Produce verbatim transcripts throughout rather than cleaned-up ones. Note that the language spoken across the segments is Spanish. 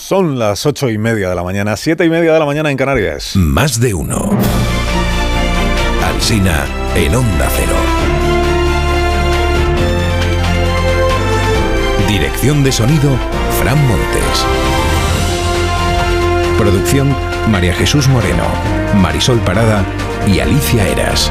Son las ocho y media de la mañana, siete y media de la mañana en Canarias. Más de uno. Alsina en Onda Cero. Dirección de sonido, Fran Montes. Producción, María Jesús Moreno, Marisol Parada y Alicia Eras.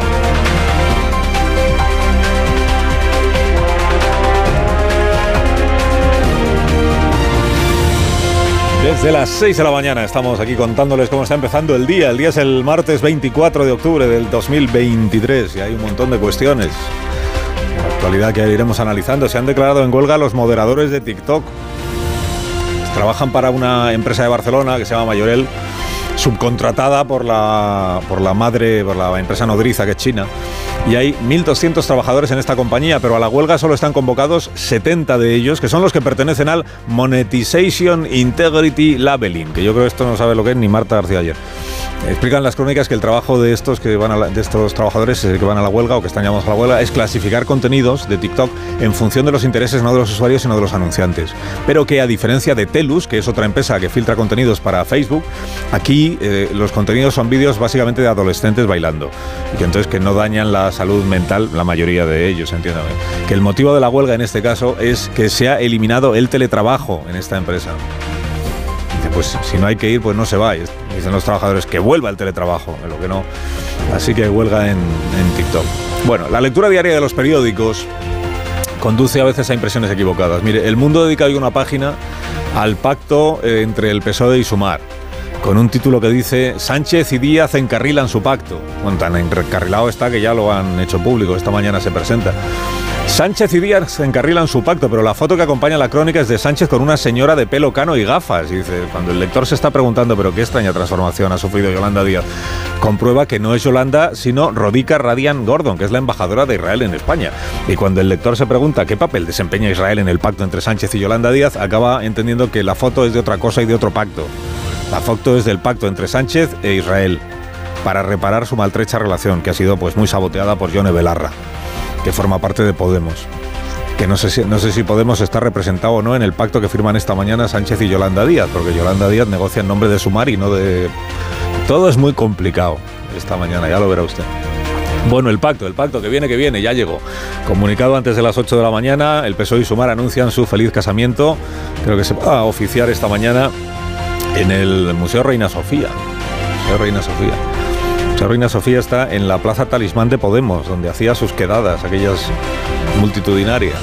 Desde las seis de la mañana estamos aquí contándoles cómo está empezando el día. El día es el martes veinticuatro de octubre del dos mil veintitrés y hay un montón de cuestiones. La actualidad que iremos analizando. Se han declarado en huelga los moderadores de TikTok. Trabajan para una empresa de Barcelona que se llama Mayorel, subcontratada por la, por la madre, por la empresa nodriza que es China. Y hay mil doscientos trabajadores en esta compañía, pero a la huelga solo están convocados setenta de ellos, que son los que pertenecen al Monetization Integrity Labeling, que yo creo que esto no sabe lo que es ni Marta García ayer. Explican las crónicas que el trabajo de estos que van a la, de estos trabajadores que van a la huelga o que están llamados a la huelga es clasificar contenidos de TikTok en función de los intereses no de los usuarios sino de los anunciantes. Pero que a diferencia de Telus, que es otra empresa que filtra contenidos para Facebook, aquí eh, los contenidos son vídeos básicamente de adolescentes bailando y que entonces que no dañan la salud mental, la mayoría de ellos, entiéndame. Que el motivo de la huelga en este caso es que se ha eliminado el teletrabajo en esta empresa. Pues si no hay que ir, pues no se va. Dicen los trabajadores que vuelva el teletrabajo, lo que no. Así que huelga en, en TikTok. Bueno, la lectura diaria de los periódicos conduce a veces a impresiones equivocadas. Mire, El Mundo dedica hoy una página al pacto eh, entre el P S O E y Sumar, con un título que dice Sánchez y Díaz encarrilan su pacto. Bueno, tan encarrilado está que ya lo han hecho público, esta mañana se presenta. Sánchez y Díaz encarrilan su pacto, pero la foto que acompaña la crónica es de Sánchez con una señora de pelo cano y gafas. Y dice, cuando el lector se está preguntando, pero qué extraña transformación ha sufrido Yolanda Díaz, comprueba que no es Yolanda, sino Rodica Radian Gordon, que es la embajadora de Israel en España. Y cuando el lector se pregunta qué papel desempeña Israel en el pacto entre Sánchez y Yolanda Díaz, acaba entendiendo que la foto es de otra cosa y de otro pacto. La foto es del pacto entre Sánchez e Israel para reparar su maltrecha relación, que ha sido pues muy saboteada por Yone Belarra, que forma parte de Podemos, que no sé si, no sé si Podemos está representado o no en el pacto que firman esta mañana Sánchez y Yolanda Díaz, porque Yolanda Díaz negocia en nombre de Sumar y no de... Todo es muy complicado esta mañana, ya lo verá usted. Bueno, el pacto, el pacto que viene, que viene, ya llegó. Comunicado antes de las ocho de la mañana, el P S O E y Sumar anuncian su feliz casamiento, creo que se va a oficiar esta mañana en el Museo Reina Sofía. Museo Reina Sofía. La Reina Sofía está en la Plaza Talismán de Podemos, donde hacía sus quedadas, aquellas multitudinarias.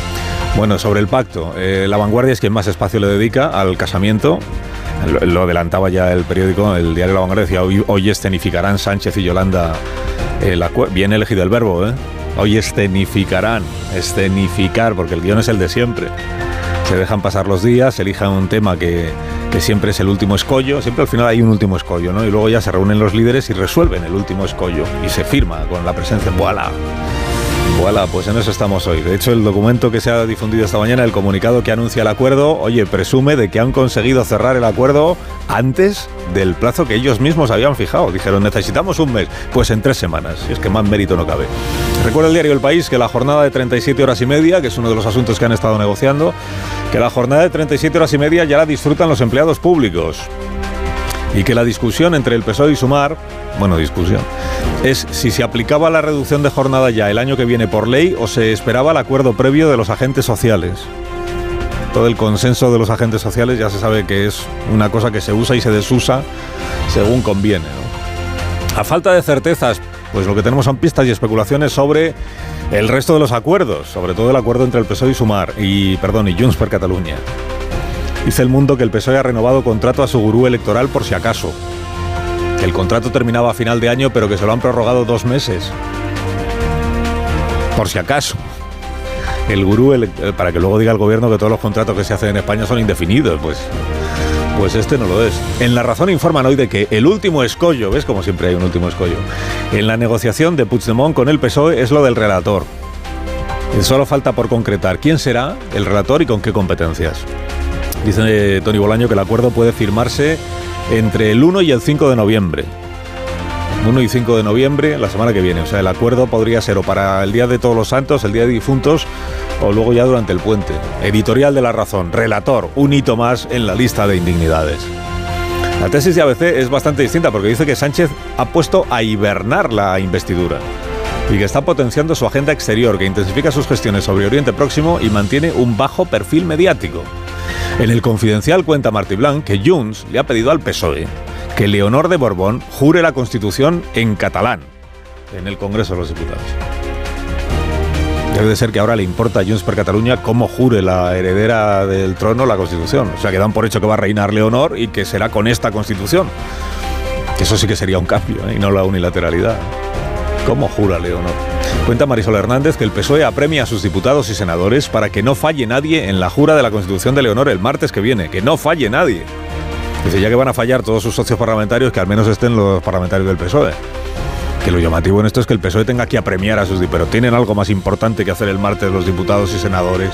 Bueno, sobre el pacto, eh, La Vanguardia es quien más espacio le dedica al casamiento. Lo, lo adelantaba ya el periódico, el diario La Vanguardia decía, hoy, hoy escenificarán Sánchez y Yolanda. Eh, la, bien elegido el verbo, ¿eh? Hoy escenificarán, escenificar, porque el guión es el de siempre. Se dejan pasar los días, elijan un tema que, que siempre es el último escollo, siempre al final hay un último escollo, ¿no? Y luego ya se reúnen los líderes y resuelven el último escollo y se firma con la presencia, ¡voilà! ¡Voilà! Pues en eso estamos hoy. De hecho, el documento que se ha difundido esta mañana, el comunicado que anuncia el acuerdo, oye, presume de que han conseguido cerrar el acuerdo antes del plazo que ellos mismos habían fijado. Dijeron, necesitamos un mes, pues en tres semanas, y es que más mérito no cabe. Recuerda el diario El País que la jornada de treinta y siete horas y media, que es uno de los asuntos que han estado negociando, que la jornada de treinta y siete horas y media ya la disfrutan los empleados públicos. Y que la discusión entre el P S O E y Sumar, bueno, discusión, es si se aplicaba la reducción de jornada ya el año que viene por ley o se esperaba el acuerdo previo de los agentes sociales. Todo el consenso de los agentes sociales ya se sabe que es una cosa que se usa y se desusa según conviene, ¿no? A falta de certezas, pues lo que tenemos son pistas y especulaciones sobre el resto de los acuerdos, sobre todo el acuerdo entre el P S O E y Sumar, y, perdón, y Junts per Catalunya. Dice El Mundo que el P S O E ha renovado contrato a su gurú electoral por si acaso. Que el contrato terminaba a final de año, pero que se lo han prorrogado dos meses. Por si acaso. El gurú, ele- para que luego diga el gobierno que todos los contratos que se hacen en España son indefinidos, pues, pues este no lo es. En La Razón informan hoy de que el último escollo, ¿ves? Como siempre hay un último escollo, en la negociación de Puigdemont con el P S O E es lo del relator. Y solo falta por concretar quién será el relator y con qué competencias. Dice Toni Bolaño que el acuerdo puede firmarse entre el uno y el cinco de noviembre. uno y cinco de noviembre, la semana que viene. O sea, el acuerdo podría ser o para el Día de Todos los Santos, el Día de Difuntos, o luego ya durante el puente. Editorial de La Razón, relator, un hito más en la lista de indignidades. La tesis de A B C es bastante distinta porque dice que Sánchez ha puesto a hibernar la investidura y que está potenciando su agenda exterior, que intensifica sus gestiones sobre Oriente Próximo y mantiene un bajo perfil mediático. En El Confidencial cuenta Martí Blanc que Junts le ha pedido al P S O E que Leonor de Borbón jure la Constitución en catalán en el Congreso de los Diputados. Debe de ser que ahora le importa a Junts per Catalunya cómo jure la heredera del trono la Constitución. O sea, que dan por hecho que va a reinar Leonor y que será con esta Constitución. Eso sí que sería un cambio, ¿eh? Y no la unilateralidad. ¿Cómo jura Leonor? Cuenta Marisol Hernández que el P S O E apremia a sus diputados y senadores para que no falle nadie en la jura de la Constitución de Leonor el martes que viene. Que no falle nadie. Dice, ya que van a fallar todos sus socios parlamentarios, que al menos estén los parlamentarios del P S O E. Que lo llamativo en esto es que el P S O E tenga que apremiar a sus diputados, pero tienen algo más importante que hacer el martes los diputados y senadores.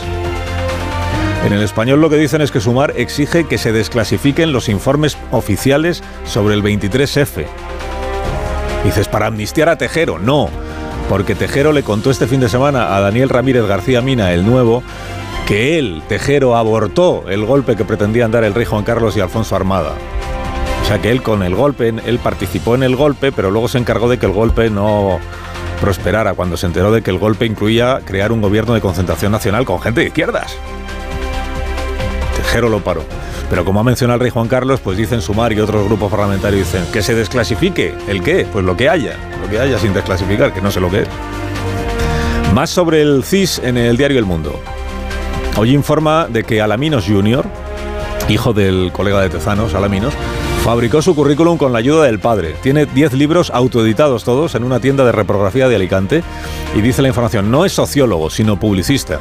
En El Español lo que dicen es que Sumar exige que se desclasifiquen los informes oficiales sobre el veintitrés efe. Dices, para amnistiar a Tejero. No, porque Tejero le contó este fin de semana a Daniel Ramírez García Mina, el nuevo, que él, Tejero, abortó el golpe que pretendían dar el rey Juan Carlos y Alfonso Armada. O sea que él con el golpe, él participó en el golpe, pero luego se encargó de que el golpe no prosperara, cuando se enteró de que el golpe incluía crear un gobierno de concentración nacional con gente de izquierdas. Tejero lo paró. Pero como ha mencionado el rey Juan Carlos, pues dicen Sumar y otros grupos parlamentarios dicen que se desclasifique. ¿El qué? Pues lo que haya, lo que haya sin desclasificar, que no sé lo que es. Más sobre el C I S en el diario El Mundo. Hoy informa de que Alaminos junior, hijo del colega de Tezanos, Alaminos, fabricó su currículum con la ayuda del padre. Tiene diez libros autoeditados todos en una tienda de reprografía de Alicante y dice la información, no es sociólogo, sino publicista.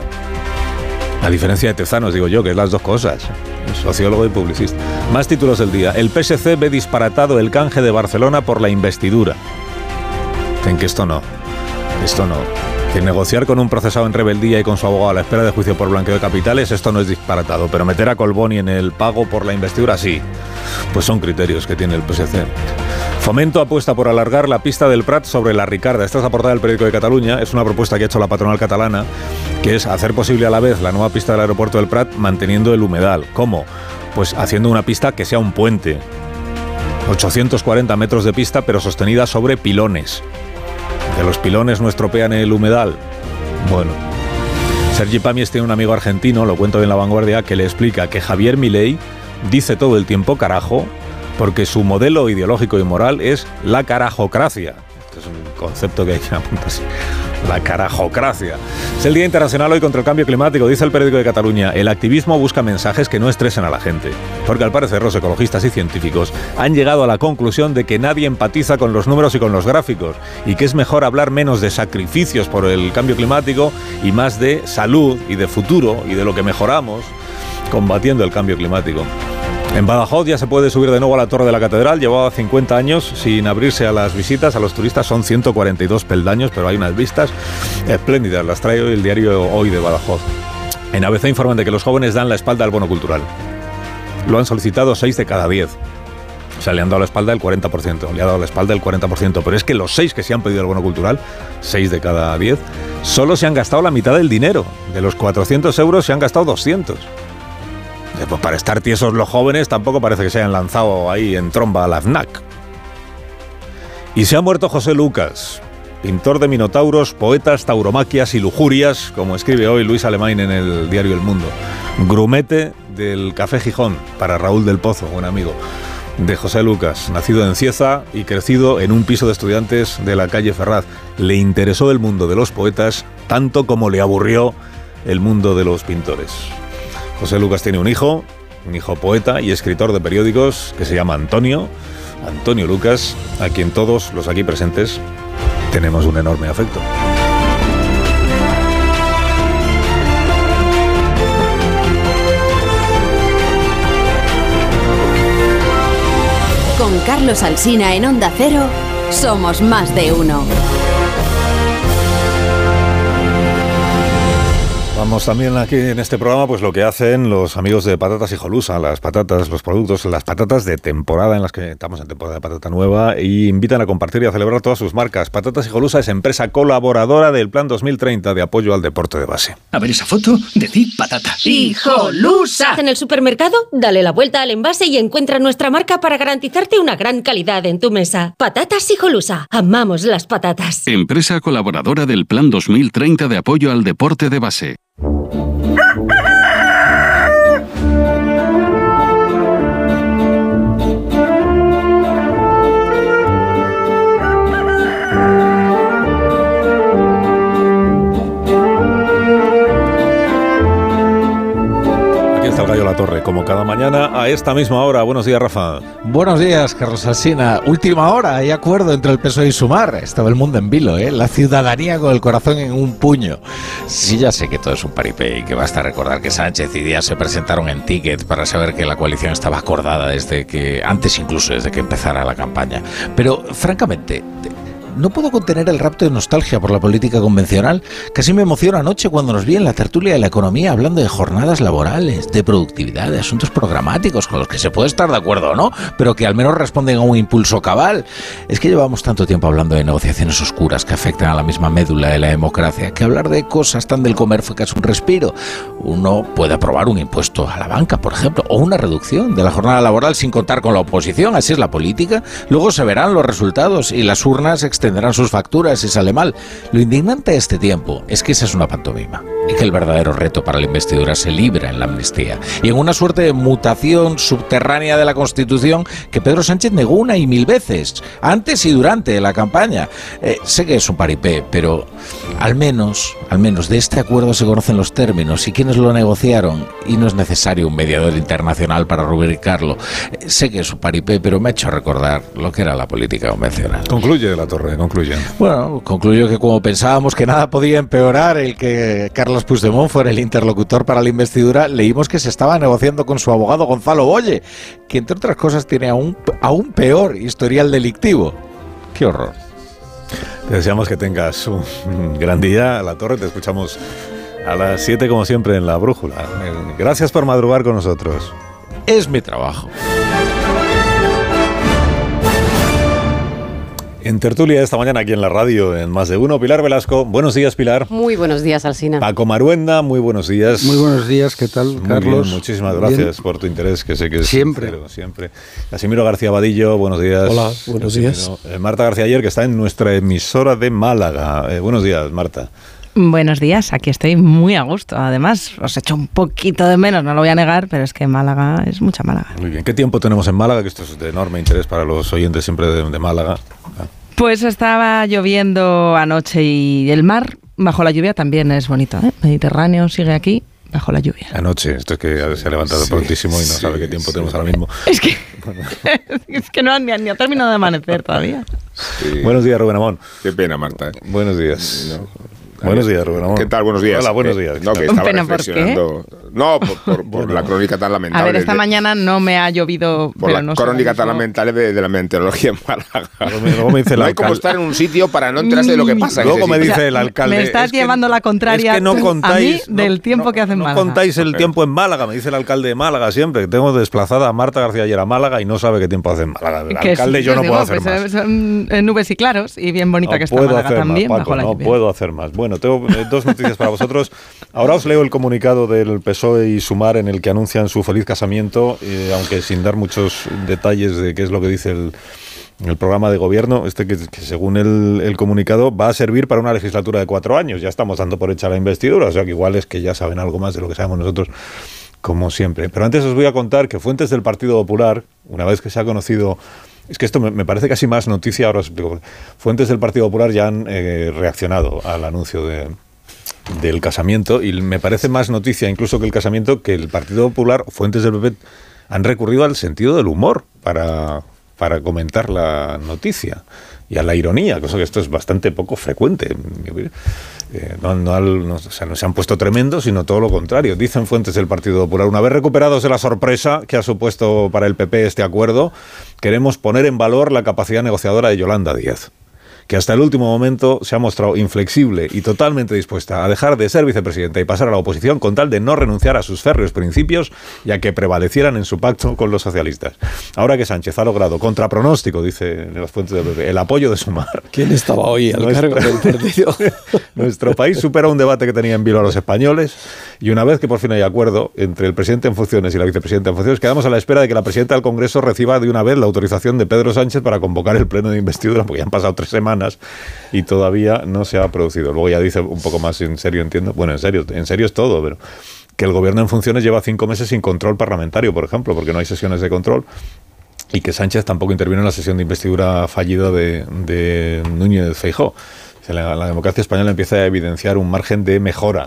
A diferencia de Tezanos, digo yo, que es las dos cosas, sociólogo y publicista. Más títulos del día. El P S C ve disparatado el canje de Barcelona por la investidura. Dicen que esto no, esto no. Que negociar con un procesado en rebeldía y con su abogado a la espera de juicio por blanqueo de capitales, esto no es disparatado, pero meter a Colboni en el pago por la investidura, sí. Pues son criterios que tiene el P S C. Fomento apuesta por alargar la pista del Prat sobre la Ricarda. Esta es la portada del Periódico de Cataluña. Es una propuesta que ha hecho la patronal catalana, que es hacer posible a la vez la nueva pista del aeropuerto del Prat manteniendo el humedal. ¿Cómo? Pues haciendo una pista que sea un puente. ochocientos cuarenta metros de pista, pero sostenida sobre pilones. ¿Que los pilones no estropean el humedal? Bueno. Sergi Pamies tiene un amigo argentino, lo cuento en La Vanguardia, que le explica que Javier Milei dice todo el tiempo carajo porque su modelo ideológico y moral es la carajocracia. Este es un concepto que hay que apuntar así. La carajocracia. Es el Día Internacional hoy contra el Cambio Climático, dice el Periódico de Cataluña. El activismo busca mensajes que no estresen a la gente, porque al parecer los ecologistas y científicos han llegado a la conclusión de que nadie empatiza con los números y con los gráficos, y que es mejor hablar menos de sacrificios por el cambio climático y más de salud y de futuro y de lo que mejoramos combatiendo el cambio climático. En Badajoz ya se puede subir de nuevo a la Torre de la Catedral. Llevaba cincuenta años sin abrirse a las visitas, a los turistas. Son ciento cuarenta y dos peldaños, pero hay unas vistas espléndidas. Las trae hoy el diario Hoy de Badajoz. En A B C informan de que los jóvenes dan la espalda al bono cultural. Lo han solicitado seis de cada diez. O sea, le han dado la espalda el cuarenta por ciento. Le ha dado la espalda el cuarenta por ciento. Pero es que los seis que se han pedido el bono cultural, seis de cada diez, solo se han gastado la mitad del dinero. De los cuatrocientos euros se han gastado doscientos. Pues para estar tiesos los jóvenes tampoco parece que se hayan lanzado ahí en tromba a la FNAC. Y se ha muerto José Lucas, pintor de minotauros, poetas, tauromaquias y lujurias, como escribe hoy Luis Alemán en el diario El Mundo. Grumete del Café Gijón, para Raúl del Pozo, buen amigo de José Lucas, nacido en Cieza y crecido en un piso de estudiantes de la calle Ferraz. Le interesó el mundo de los poetas tanto como le aburrió el mundo de los pintores. José Lucas tiene un hijo, un hijo poeta y escritor de periódicos que se llama Antonio, Antonio Lucas, a quien todos los aquí presentes tenemos un enorme afecto. Con Carlos Alsina en Onda Cero, somos más de uno. Vamos también aquí en este programa pues lo que hacen los amigos de Patatas Hijolusa, las patatas, los productos, las patatas de temporada en las que estamos en temporada de patata nueva y invitan a compartir y a celebrar todas sus marcas. Patatas Hijolusa es empresa colaboradora del Plan dos mil treinta de apoyo al deporte de base. A ver esa foto, decid patata. ¡Hijolusa! En el supermercado, dale la vuelta al envase y encuentra nuestra marca para garantizarte una gran calidad en tu mesa. Patatas Hijolusa. Amamos las patatas. Empresa colaboradora del Plan dos mil treinta de apoyo al deporte de base. El Gallo La Torre, como cada mañana a esta misma hora. Buenos días, Rafa. Buenos días, Carlos Alsina. Última hora, hay acuerdo entre el P S O E y Sumar. Estaba el mundo en vilo, ¿eh? La ciudadanía con el corazón en un puño. Sí, ya sé que todo es un paripé y que basta recordar que Sánchez y Díaz se presentaron en Ticket para saber que la coalición estaba acordada desde que, antes incluso desde que empezara la campaña. Pero, francamente, no puedo contener el rapto de nostalgia por la política convencional. Casi me emociona anoche cuando nos vi en la tertulia de la economía hablando de jornadas laborales, de productividad, de asuntos programáticos con los que se puede estar de acuerdo o no, pero que al menos responden a un impulso cabal. Es que llevamos tanto tiempo hablando de negociaciones oscuras que afectan a la misma médula de la democracia, que hablar de cosas tan del comer fue casi un respiro. Uno puede aprobar un impuesto a la banca, por ejemplo, o una reducción de la jornada laboral sin contar con la oposición. Así es la política. Luego se verán los resultados y las urnas externas tendrán sus facturas si sale mal. Lo indignante de este tiempo es que esa es una pantomima y que el verdadero reto para la investidura se libra en la amnistía y en una suerte de mutación subterránea de la Constitución que Pedro Sánchez negó una y mil veces, antes y durante la campaña. Eh, sé que es un paripé, pero al menos, al menos de este acuerdo se conocen los términos y quiénes lo negociaron y no es necesario un mediador internacional para rubricarlo. Eh, sé que es un paripé, pero me ha hecho recordar lo que era la política convencional. Concluye La Torre. Concluye. Bueno, concluyo que como pensábamos que nada podía empeorar el que Carlos Puigdemont fuera el interlocutor para la investidura, leímos que se estaba negociando con su abogado Gonzalo Boye, que entre otras cosas tiene aún, aún peor historial delictivo. ¡Qué horror! Te deseamos que tengas un gran día. La Torre, te escuchamos a las siete como siempre en La Brújula. Gracias por madrugar con nosotros. Es mi trabajo. En tertulia esta mañana aquí en la radio, en Más de Uno, Pilar Velasco. Buenos días, Pilar. Muy buenos días, Alsina. Paco Maruenda, muy buenos días. Muy buenos días, ¿qué tal, muy Carlos? Bien, muchísimas gracias bien. por tu interés, que sé que es siempre. sincero, siempre. Casimiro García Vadillo, buenos días. Hola, buenos Casimiro. días. Eh, Marta García Ayer, que está en nuestra emisora de Málaga. Eh, buenos días, Marta. Buenos días, aquí estoy muy a gusto. Además, os echo un poquito de menos, no lo voy a negar, pero es que Málaga es mucha Málaga. Muy bien. ¿Qué tiempo tenemos en Málaga? Que esto es de enorme interés para los oyentes siempre de, de Málaga. Ah. Pues estaba lloviendo anoche y el mar bajo la lluvia también es bonito, ¿eh? Mediterráneo sigue aquí bajo la lluvia. Anoche, esto es que se ha levantado sí, prontísimo y no sí, sabe qué tiempo sí. tenemos ahora mismo. Es que, bueno. es que no, ni, ni ha terminado de amanecer todavía. Sí. Buenos días, Rubén Amón. Qué pena, Marta. Buenos días. No. Buenos días, Rubén Amón. ¿Qué tal? Buenos días. Hola, buenos días. Eh, no, que Un estaba pena, reflexionando. ¿Por qué? No, por, por, por la crónica tan lamentable. A ver, esta de, mañana no me ha llovido. Por pero la no crónica tan lamentable de, de la meteorología en Málaga. Luego me dice no hay como estar en un sitio para no enterarse de lo que pasa. Luego me dice o sea, el alcalde. Me estás llevando que, la contraria es que no contáis, a mí del tiempo no, que hace en no Málaga. No contáis el okay. tiempo en Málaga, me dice el alcalde de Málaga siempre. Que tengo desplazada a Marta García Ayer a Málaga y no sabe qué tiempo hace en Málaga. El que alcalde sí, yo no digo, puedo hacer pues más. Son nubes y claros y bien bonita no que está Málaga también más, bajo Paco, la no lluvia. No puedo hacer más. Bueno, tengo eh, dos noticias para vosotros. Ahora os leo el comunicado del P S O E y Sumar en el que anuncian su feliz casamiento, eh, aunque sin dar muchos detalles de qué es lo que dice el, el programa de gobierno, este que, que según el, el comunicado va a servir para una legislatura de cuatro años. Ya estamos dando por hecha la investidura, o sea que igual es que ya saben algo más de lo que sabemos nosotros, como siempre. Pero antes os voy a contar que fuentes del Partido Popular, una vez que se ha conocido... Es que esto me, me parece casi más noticia, ahora os explico. Fuentes del Partido Popular ya han eh, reaccionado al anuncio de... del casamiento y me parece más noticia incluso que el casamiento que el Partido Popular, fuentes del P P han recurrido al sentido del humor para, para comentar la noticia y a la ironía, cosa que esto es bastante poco frecuente. Eh, no, no, no, o sea, no se han puesto tremendos, sino todo lo contrario. Dicen fuentes del Partido Popular, una vez recuperados de la sorpresa que ha supuesto para el P P este acuerdo, queremos poner en valor la capacidad negociadora de Yolanda Díaz. que hasta el último momento se ha mostrado inflexible y totalmente dispuesta a dejar de ser vicepresidenta y pasar a la oposición con tal de no renunciar a sus férreos principios y a que prevalecieran en su pacto con los socialistas. Ahora que Sánchez ha logrado, contra pronóstico, dice en las fuentes del P P, el apoyo de Sumar. ¿Quién estaba hoy al nuestro, cargo del partido? Nuestro país supera un debate que tenía en vilo a los españoles y una vez que por fin hay acuerdo entre el presidente en funciones y la vicepresidenta en funciones, quedamos a la espera de que la presidenta del Congreso reciba de una vez la autorización de Pedro Sánchez para convocar el pleno de investidura, porque ya han pasado tres semanas y todavía no se ha producido. Luego ya dice un poco más en serio, entiendo. Bueno, en serio, en serio es todo, pero que el gobierno en funciones lleva cinco meses sin control parlamentario, por ejemplo, porque no hay sesiones de control. Y que Sánchez tampoco intervino en la sesión de investidura fallida de, de Núñez Feijóo. La, la democracia española empieza a evidenciar un margen de mejora.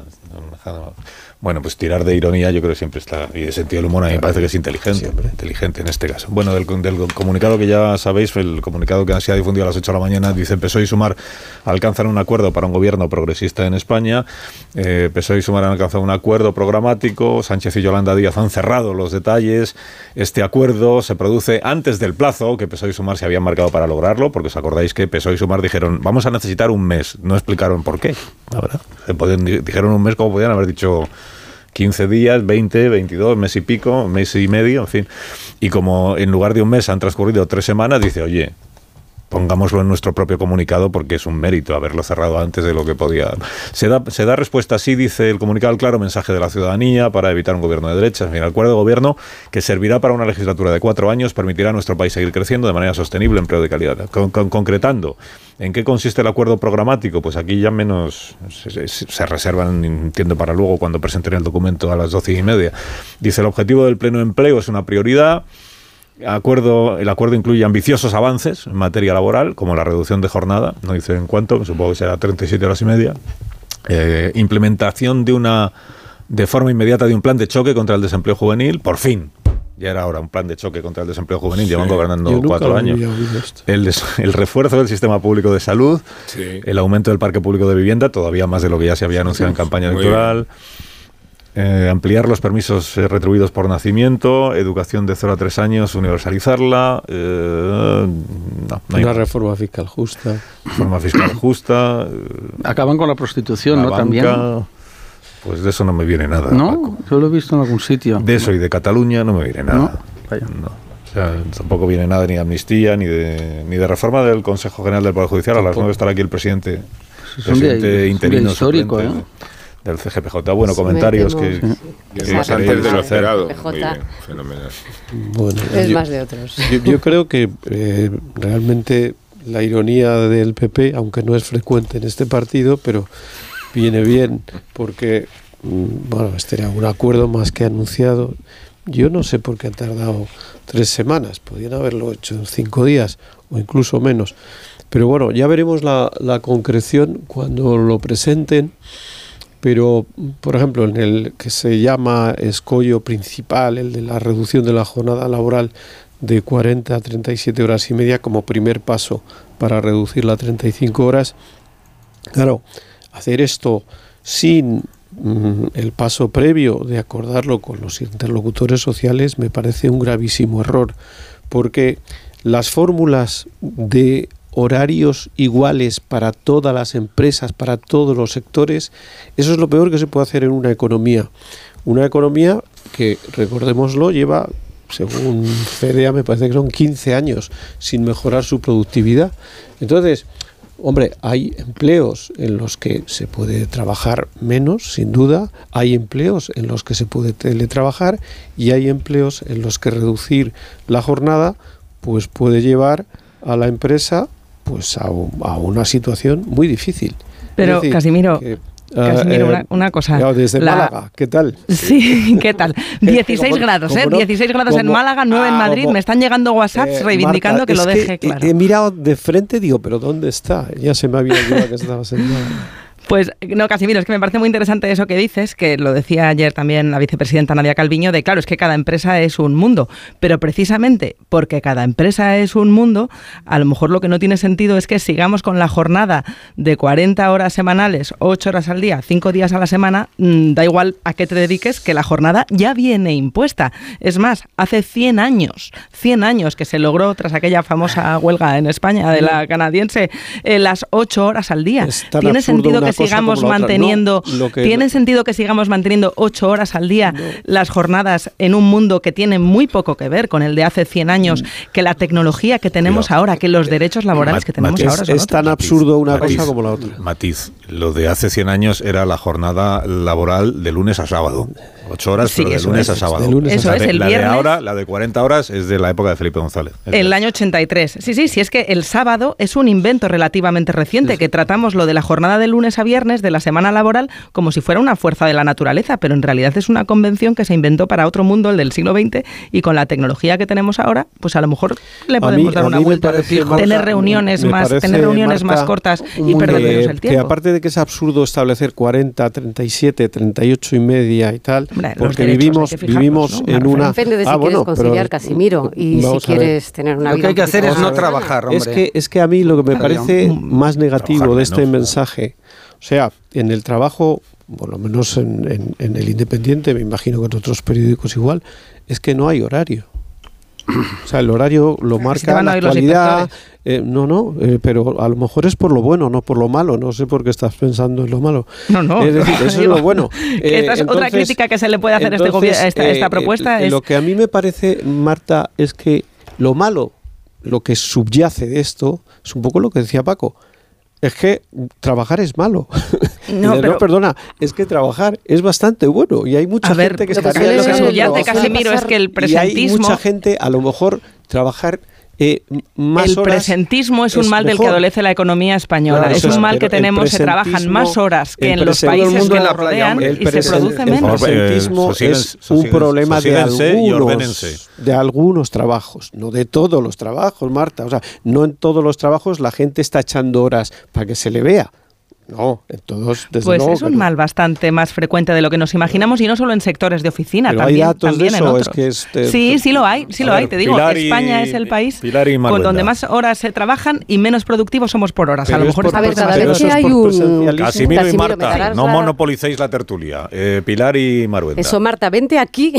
Bueno, pues tirar de ironía yo creo que siempre está, y de sentido del humor a mí me parece que es inteligente, siempre. inteligente en este caso. Bueno, del, del comunicado que ya sabéis, el comunicado que se ha difundido a las ocho de la mañana, dice P S O E y Sumar alcanzan un acuerdo para un gobierno progresista en España. eh, P S O E y Sumar han alcanzado un acuerdo programático, Sánchez y Yolanda Díaz han cerrado los detalles. Este acuerdo se produce antes del plazo que P S O E y Sumar se habían marcado para lograrlo, porque os acordáis que P S O E y Sumar dijeron, vamos a necesitar un mes, no explicaron por qué, la verdad. Se podían, dijeron un mes como podían haber dicho quince días, veinte, veintidós, mes y pico, mes y medio, en fin. Y como en lugar de un mes han transcurrido tres semanas, dice, oye, pongámoslo en nuestro propio comunicado porque es un mérito haberlo cerrado antes de lo que podía. Se da, se da respuesta así, dice el comunicado, el claro mensaje de la ciudadanía para evitar un gobierno de derechas. El acuerdo de gobierno que servirá para una legislatura de cuatro años permitirá a nuestro país seguir creciendo de manera sostenible, empleo de calidad. Con, con, concretando, ¿en qué consiste el acuerdo programático? Pues aquí ya menos se, se, se reservan, entiendo, para luego cuando presenten el documento a las doce y media. Dice, el objetivo del pleno empleo es una prioridad. Acuerdo, el acuerdo incluye ambiciosos avances en materia laboral, como la reducción de jornada, no dice en cuánto, supongo que será treinta y siete horas y media, eh, implementación de una de forma inmediata de un plan de choque contra el desempleo juvenil, por fin. Ya era ahora un plan de choque contra el desempleo juvenil, sí, llevan gobernando cuatro años. El, el refuerzo del sistema público de salud, sí. El aumento del parque público de vivienda, todavía más de lo que ya se había anunciado sí, en campaña electoral. Eh, ampliar los permisos eh, retribuidos por nacimiento, educación de cero a tres años, universalizarla. Eh, no, no Una reforma fiscal justa. Reforma fiscal justa. Eh, Acaban con la prostitución, la ¿no? banca, También. Pues de eso no me viene nada. No, Paco. yo lo he visto en algún sitio. De eso y de Cataluña no me viene nada. No, vaya. No. O sea, tampoco viene nada ni de amnistía, ni de, ni de reforma del Consejo General del Poder Judicial. Tampoco. A las nueve estará aquí el presidente, Es presidente día, interino histórico, ¿eh? del C G P J. Bueno, sí, comentarios que... Sí. que es más antes de lo esperado. Muy bien, fenomenal. Bueno, es yo, más de otros. Yo, yo creo que eh, realmente la ironía del P P, aunque no es frecuente en este partido, pero viene bien porque, bueno, este era un acuerdo más que anunciado. Yo no sé por qué han tardado tres semanas. Podrían haberlo hecho en cinco días o incluso menos. Pero bueno, ya veremos la, la concreción cuando lo presenten. Pero, por ejemplo, en el que se llama escollo principal, el de la reducción de la jornada laboral de cuarenta a treinta y siete horas y media como primer paso para reducirla a treinta y cinco horas, claro, hacer esto sin mm, el paso previo de acordarlo con los interlocutores sociales me parece un gravísimo error, porque las fórmulas de horarios iguales para todas las empresas, para todos los sectores, eso es lo peor que se puede hacer en una economía. Una economía que, recordémoslo, lleva, según FEDEA, me parece que son quince años sin mejorar su productividad. Entonces, hombre, hay empleos en los que se puede trabajar menos, sin duda, hay empleos en los que se puede teletrabajar y hay empleos en los que reducir la jornada pues puede llevar a la empresa pues a, un, a una situación muy difícil. Pero, decir, Casimiro, que, Casimiro uh, una, una cosa. Claro, desde la... Málaga, ¿qué tal? Sí, ¿qué tal? dieciséis como, grados, ¿eh? no, dieciséis grados como, en Málaga, nueve ah, en Madrid. como, Me están llegando WhatsApps eh, reivindicando Marta, que lo deje que claro. He, he mirado de frente y digo, ¿pero dónde está? Ya se me había olvidado que estabas en Málaga. Pues no, Casimiro, es que me parece muy interesante eso que dices, que lo decía ayer también la vicepresidenta Nadia Calviño, de claro, es que cada empresa es un mundo, pero precisamente porque cada empresa es un mundo, a lo mejor lo que no tiene sentido es que sigamos con la jornada de cuarenta horas semanales, ocho horas al día, cinco días a la semana, mmm, da igual a qué te dediques, que la jornada ya viene impuesta. Es más, hace cien años, cien años que se logró tras aquella famosa huelga en España de la canadiense, eh, las ocho horas al día. ¿Tiene sentido que sigamos manteniendo no, que... tiene sentido que sigamos manteniendo ocho horas al día no. las jornadas en un mundo que tiene muy poco que ver con el de hace cien años, que la tecnología que tenemos Pero, ahora, que los derechos laborales que tenemos Matiz, ahora son es otros. tan absurdo una Matiz, cosa como la otra. Matiz, lo de hace cien años era la jornada laboral de lunes a sábado. Ocho horas, sí, pero de lunes es, a sábado. De lunes eso a sábado. Es, el la viernes, de ahora, la de cuarenta horas, es de la época de Felipe González. El año ochenta y tres. Sí, sí, sí, es que el sábado es un invento relativamente reciente, sí, que tratamos lo de la jornada de lunes a viernes, de la semana laboral, como si fuera una fuerza de la naturaleza, pero en realidad es una convención que se inventó para otro mundo, el del siglo veinte, y con la tecnología que tenemos ahora, pues a lo mejor le podemos mí, dar una vuelta, parece, Marta, tener reuniones más, parece, tener reuniones Marta, más cortas y perder menos el tiempo. Que aparte de que es absurdo establecer cuarenta, treinta y siete, treinta y ocho y media y tal, Hombre, porque vivimos vivimos ¿no? en una... Depende de si ah, quieres bueno, conciliar, pero, Casimiro, y si quieres tener una vida... Lo que hay que hacer es no trabajar, hombre. Es que, es que a mí lo que me parece más negativo de este mensaje, o sea, en el trabajo, por lo menos en, en, en el Independiente, me imagino que en otros periódicos igual, es que no hay horario. O sea, el horario lo marca la actualidad. Eh, no, no, eh, pero a lo mejor es por lo bueno, no por lo malo. No sé por qué estás pensando en lo malo. No, no. Es decir, eso es lo bueno. Eh, esta es entonces, otra crítica que se le puede hacer entonces, a este gobierno, esta, esta propuesta. Eh, es... Lo que a mí me parece, Marta, es que lo malo, lo que subyace de esto, es un poco lo que decía Paco. Es que trabajar es malo. No, pero, no, perdona, es que trabajar es bastante bueno y hay mucha a ver, gente que está estaría lo que subyace, Casimiro, es que el presentismo... Y hay mucha gente, a lo mejor, trabajar eh, más el horas... El presentismo es un es mal mejor. Del que adolece la economía española. Claro, es un mal que tenemos, se trabajan más horas que en los países que nos rodean y se produce menos. El presentismo eh, es un problema de algunos, de algunos trabajos, no de todos los trabajos, Marta. O sea, no en todos los trabajos la gente está echando horas para que se le vea. No, en todos, desde pues luego, es un pero... mal bastante más frecuente de lo que nos imaginamos y no solo en sectores de oficina, pero también, hay datos también de en eso, otros. Es que es de... Sí, sí lo hay, sí lo ver, hay. Te digo, Pilar España y, es el país con donde más horas se trabajan y menos productivos somos por horas. Pero a lo mejor por, a ver, cada vez que hay un... Casimiro y Marta, no monopolicéis la tertulia. Eh, Pilar y Maruenda. Eso, Marta, vente aquí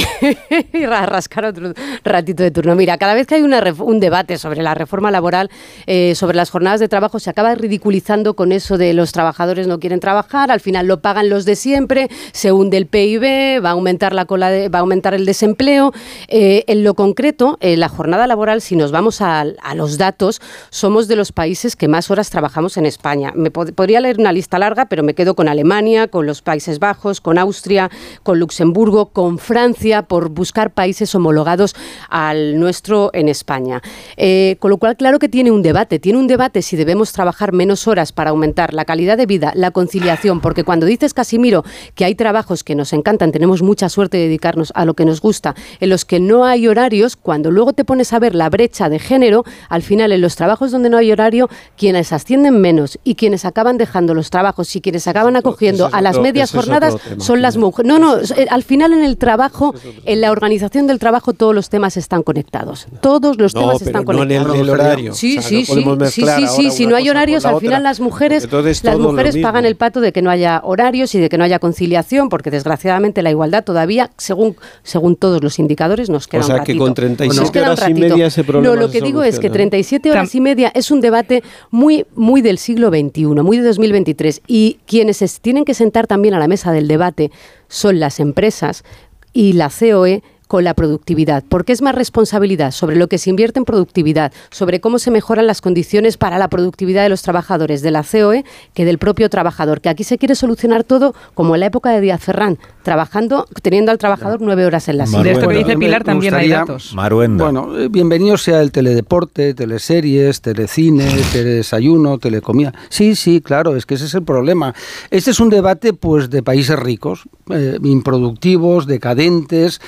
y a rascar otro ratito de turno. Mira, cada vez que hay una ref- un debate sobre la reforma laboral, eh, sobre las jornadas de trabajo, se acaba ridiculizando con eso de los trabajadores no quieren trabajar, al final lo pagan los de siempre, se hunde el P I B, va a aumentar la cola de, va a aumentar el desempleo. Eh, en lo concreto, eh, la jornada laboral, si nos vamos a, a los datos, somos de los países que más horas trabajamos en España. Me pod- podría leer una lista larga, pero me quedo con Alemania, con los Países Bajos, con Austria, con Luxemburgo, con Francia, por buscar países homologados al nuestro en España. Eh, con lo cual, claro que tiene un debate, tiene un debate si debemos trabajar menos horas para aumentar la calidad de vida, la conciliación, porque cuando dices, Casimiro, que hay trabajos que nos encantan, tenemos mucha suerte de dedicarnos a lo que nos gusta, en los que no hay horarios, cuando luego te pones a ver la brecha de género, al final en los trabajos donde no hay horario, quienes ascienden menos y quienes acaban dejando los trabajos y quienes acaban acogiendo a las medias jornadas son las mujeres. No, no, al final en el trabajo, en la organización del trabajo, todos los temas están conectados. Todos los no, temas están no conectados. En el horario. Sí, o sea, sí, no sí, sí, sí, sí. Si no hay horarios, al final las mujeres, las mujeres pagan el pato de que no haya horarios y de que no haya conciliación, porque desgraciadamente la igualdad todavía, según según todos los indicadores, nos queda un ratito. O sea, que con treinta y siete bueno, horas y media ese problema No, lo que digo es que treinta y siete horas y media es un debate muy, muy del siglo veintiuno, muy de dos mil veintitrés, y quienes es, tienen que sentar también a la mesa del debate son las empresas y la C O E, con la productividad, porque es más responsabilidad sobre lo que se invierte en productividad, sobre cómo se mejoran las condiciones para la productividad de los trabajadores de la C O E que del propio trabajador, que aquí se quiere solucionar todo como en la época de Díaz Ferrán, trabajando, teniendo al trabajador nueve horas en la semana. De esto que dice Pilar también hay datos. Maruenda. Bueno, eh, bienvenido sea el teledeporte, teleseries, telecine, teledesayuno, telecomida. Sí, sí, claro, es que ese es el problema. Este es un debate pues de países ricos, eh, improductivos, decadentes, como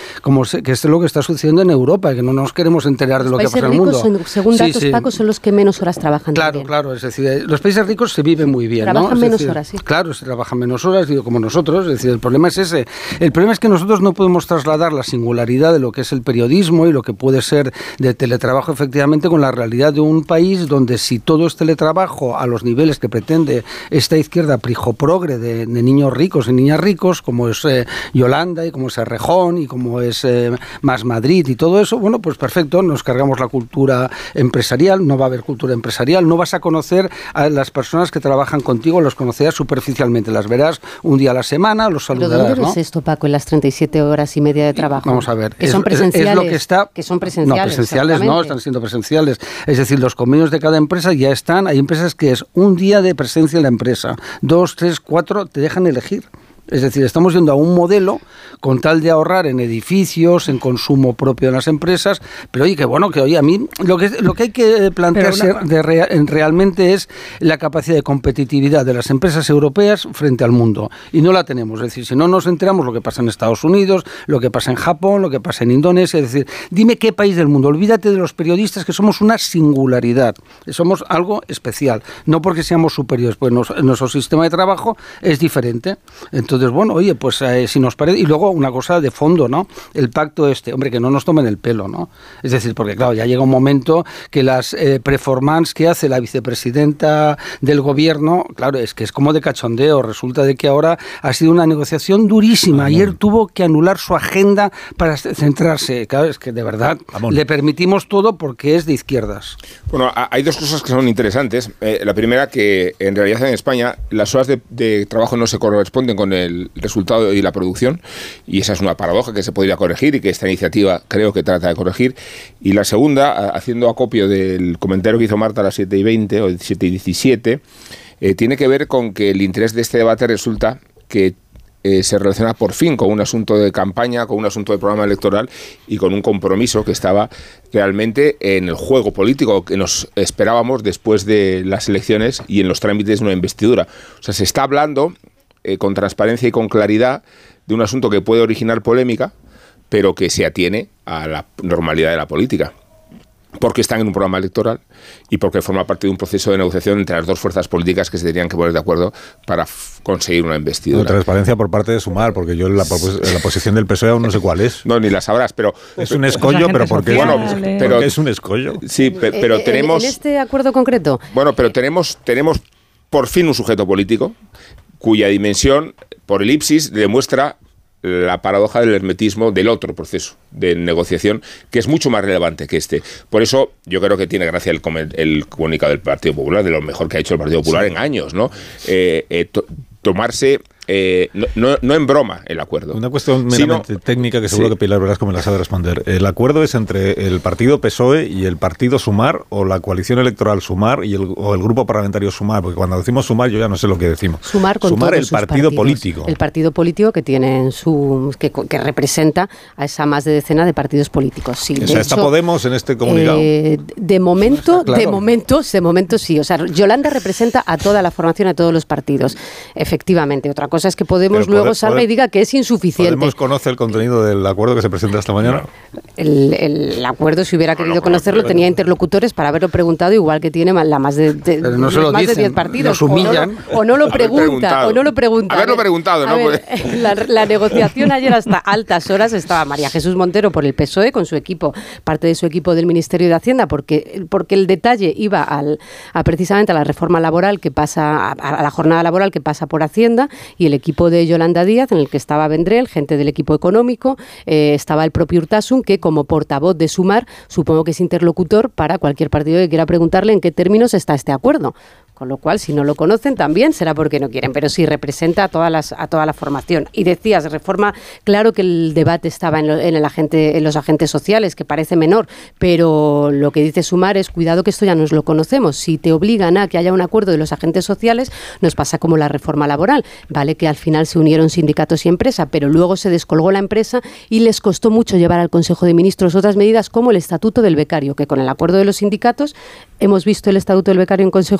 sé, que esto es lo que está sucediendo en Europa, que no nos queremos enterar de lo que pasa en el mundo. Son, según datos, sí, sí. Paco, son los que menos horas trabajan. Claro, también. claro, es decir, los países ricos se viven muy bien, trabajan ¿no? menos decir, horas, sí. Claro, se trabajan menos horas, digo, como nosotros, es decir, el problema es ese. El problema es que nosotros no podemos trasladar la singularidad de lo que es el periodismo y lo que puede ser de teletrabajo efectivamente con la realidad de un país donde si todo es teletrabajo a los niveles que pretende esta izquierda prijoprogre de, de niños ricos y niñas ricos, como es eh, Yolanda y como es Errejón y como es eh, Más Madrid y todo eso, bueno, pues perfecto, nos cargamos la cultura empresarial, no va a haber cultura empresarial, no vas a conocer a las personas que trabajan contigo, los conocerás superficialmente, las verás un día a la semana, los saludarás. ¿Pero dónde ¿no? ves esto, Paco, en las treinta y siete horas y media de trabajo? Vamos a ver. Que es, son presenciales. Es lo que está. Que son presenciales. No, presenciales no, están siendo presenciales. Es decir, los convenios de cada empresa ya están. Hay empresas que es un día de presencia en la empresa. Dos, tres, cuatro, te dejan elegir. Es decir, estamos yendo a un modelo con tal de ahorrar en edificios, en consumo propio de las empresas, pero oye, que bueno, que oye, a mí lo que, lo que hay que plantearse una... de rea, realmente es la capacidad de competitividad de las empresas europeas frente al mundo, y no la tenemos. Es decir, si no nos enteramos lo que pasa en Estados Unidos, lo que pasa en Japón, lo que pasa en Indonesia, es decir, dime qué país del mundo, olvídate de los periodistas, que somos una singularidad, somos algo especial, no porque seamos superiores, pues nos, nuestro sistema de trabajo es diferente. Entonces, Entonces, bueno, oye, pues eh, si nos parece... Y luego una cosa de fondo, ¿no? El pacto este, hombre, que no nos tomen el pelo, ¿no? Es decir, porque claro, ya llega un momento que las eh, performances que hace la vicepresidenta del gobierno, claro, es que es como de cachondeo. Resulta de que ahora ha sido una negociación durísima. Ayer Amor. tuvo que anular su agenda para centrarse. Claro, es que de verdad Amor. le permitimos todo porque es de izquierdas. Bueno, hay dos cosas que son interesantes. Eh, la primera, que en realidad en España las horas de, de trabajo no se corresponden con el el resultado y la producción, y esa es una paradoja que se podría corregir y que esta iniciativa creo que trata de corregir. Y la segunda, haciendo acopio del comentario que hizo Marta a las siete y veinte o siete y diecisiete, eh, tiene que ver con que el interés de este debate resulta que Eh, se relaciona por fin con un asunto de campaña, con un asunto de programa electoral y con un compromiso que estaba realmente en el juego político que nos esperábamos después de las elecciones y en los trámites de una investidura. O sea, se está hablando eh, con transparencia y con claridad de un asunto que puede originar polémica, pero que se atiene a la normalidad de la política, porque están en un programa electoral y porque forma parte de un proceso de negociación entre las dos fuerzas políticas que se tendrían que poner de acuerdo para f- conseguir una investidura. No, transparencia por parte de Sumar, porque yo la, la posición del P S O E aún no sé cuál es. No, ni la sabrás, pero... Es un escollo, pero porque, bueno, pero porque es un escollo. Sí, pe- pero eh, tenemos... ¿En este acuerdo concreto? Bueno, pero tenemos, tenemos por fin un sujeto político cuya dimensión, por elipsis, demuestra la paradoja del hermetismo del otro proceso de negociación, que es mucho más relevante que este. Por eso yo creo que tiene gracia el, el comunicado del Partido Popular, de lo mejor que ha hecho el Partido Popular sí. en años, ¿no? Eh, eh, to- tomarse... Eh, no, no, no en broma el acuerdo. Una cuestión meramente sino, técnica que seguro sí. que Pilar Velasco me la sabe responder. ¿El acuerdo es entre el partido P S O E y el partido Sumar, o la coalición electoral Sumar y el, o el grupo parlamentario Sumar? Porque cuando decimos Sumar yo ya no sé lo que decimos. Sumar con Sumar todos el sus partido partidos. político. El partido político que tiene su que, que representa a esa más de decena de partidos políticos. Sí, o sea, de está hecho, Podemos en este comunicado. Eh, de momento, claro. de momento, de momento sí. O sea, Yolanda representa a toda la formación, a todos los partidos. Efectivamente. Otra cosa es que Podemos Pero luego salga y diga que es insuficiente. ¿Podemos conocer el contenido del acuerdo que se presenta esta mañana? El, el acuerdo, si hubiera querido conocerlo, tenía interlocutores para haberlo preguntado, igual que tiene la más de, de, no se lo más dicen, de diez partidos. Nos humillan. O no lo, o no lo pregunta, o no lo pregunta. Haberlo preguntado, ¿no? Ver, la, la negociación ayer hasta altas horas estaba María Jesús Montero por el P S O E con su equipo, parte de su equipo del Ministerio de Hacienda, porque, porque el detalle iba al, a precisamente a la reforma laboral que pasa, a, a la jornada laboral que pasa por Hacienda, y el equipo de Yolanda Díaz, en el que estaba Vendrell, gente del equipo económico, eh, estaba el propio Urtasun, que como portavoz de Sumar, supongo que es interlocutor para cualquier partido que quiera preguntarle en qué términos está este acuerdo. Con lo cual, si no lo conocen, también será porque no quieren, pero sí representa a todas las a toda la formación. Y decías, reforma, claro que el debate estaba en, lo, en el agente, en los agentes sociales, que parece menor, pero lo que dice Sumar es, cuidado que esto ya nos lo conocemos. Si te obligan a que haya un acuerdo de los agentes sociales, nos pasa como la reforma laboral. Vale que al final se unieron sindicatos y empresa, pero luego se descolgó la empresa y les costó mucho llevar al Consejo de Ministros otras medidas como el Estatuto del Becario, que con el acuerdo de los sindicatos hemos visto el Estatuto del Becario en Consejo de Ministros.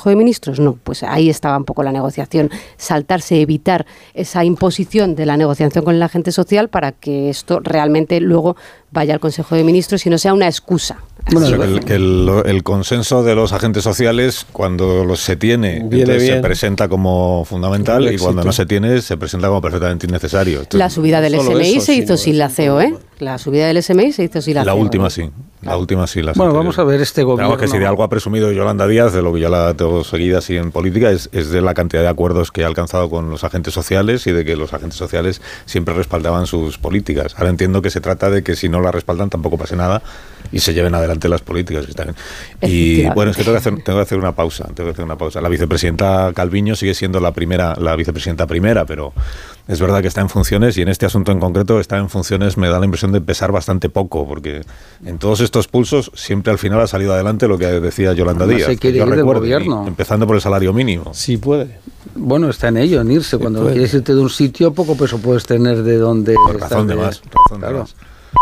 ministros. No, pues ahí estaba un poco la negociación, saltarse, evitar esa imposición de la negociación con el agente social para que esto realmente luego vaya al Consejo de Ministros y no sea una excusa. Bueno, el, que el, el consenso de los agentes sociales, cuando los se tiene, se presenta como fundamental, y cuando no se tiene, se presenta como perfectamente innecesario. Entonces, la subida del S M I se hizo sin la C E O, ¿eh? La subida del S M I se hizo sin la C E O. La última sí, la última sí. Las bueno, vamos a ver este gobierno. Digamos que si de algo ha presumido Yolanda Díaz, de lo que yo la tengo seguida así en política, es, es de la cantidad de acuerdos que ha alcanzado con los agentes sociales y de que los agentes sociales siempre respaldaban sus políticas. Ahora entiendo que se trata de que si no la respaldan tampoco pase nada y se lleven adelante las políticas. Y bueno, es que tengo que, hacer, tengo que hacer una pausa. Tengo que hacer una pausa. La vicepresidenta Calviño sigue siendo la primera, la vicepresidenta primera, pero es verdad que está en funciones, y en este asunto en concreto está en funciones, me da la impresión de pesar bastante poco, porque en todos estos pulsos siempre al final ha salido adelante lo que decía Yolanda Díaz. Se quiere yo ir recuerdo, del gobierno. Empezando por el salario mínimo. Sí puede. Bueno, está en ello, en irse. Cuando puede. quieres irte de un sitio, poco peso puedes tener de donde... Por razón de más. Razón claro. de más.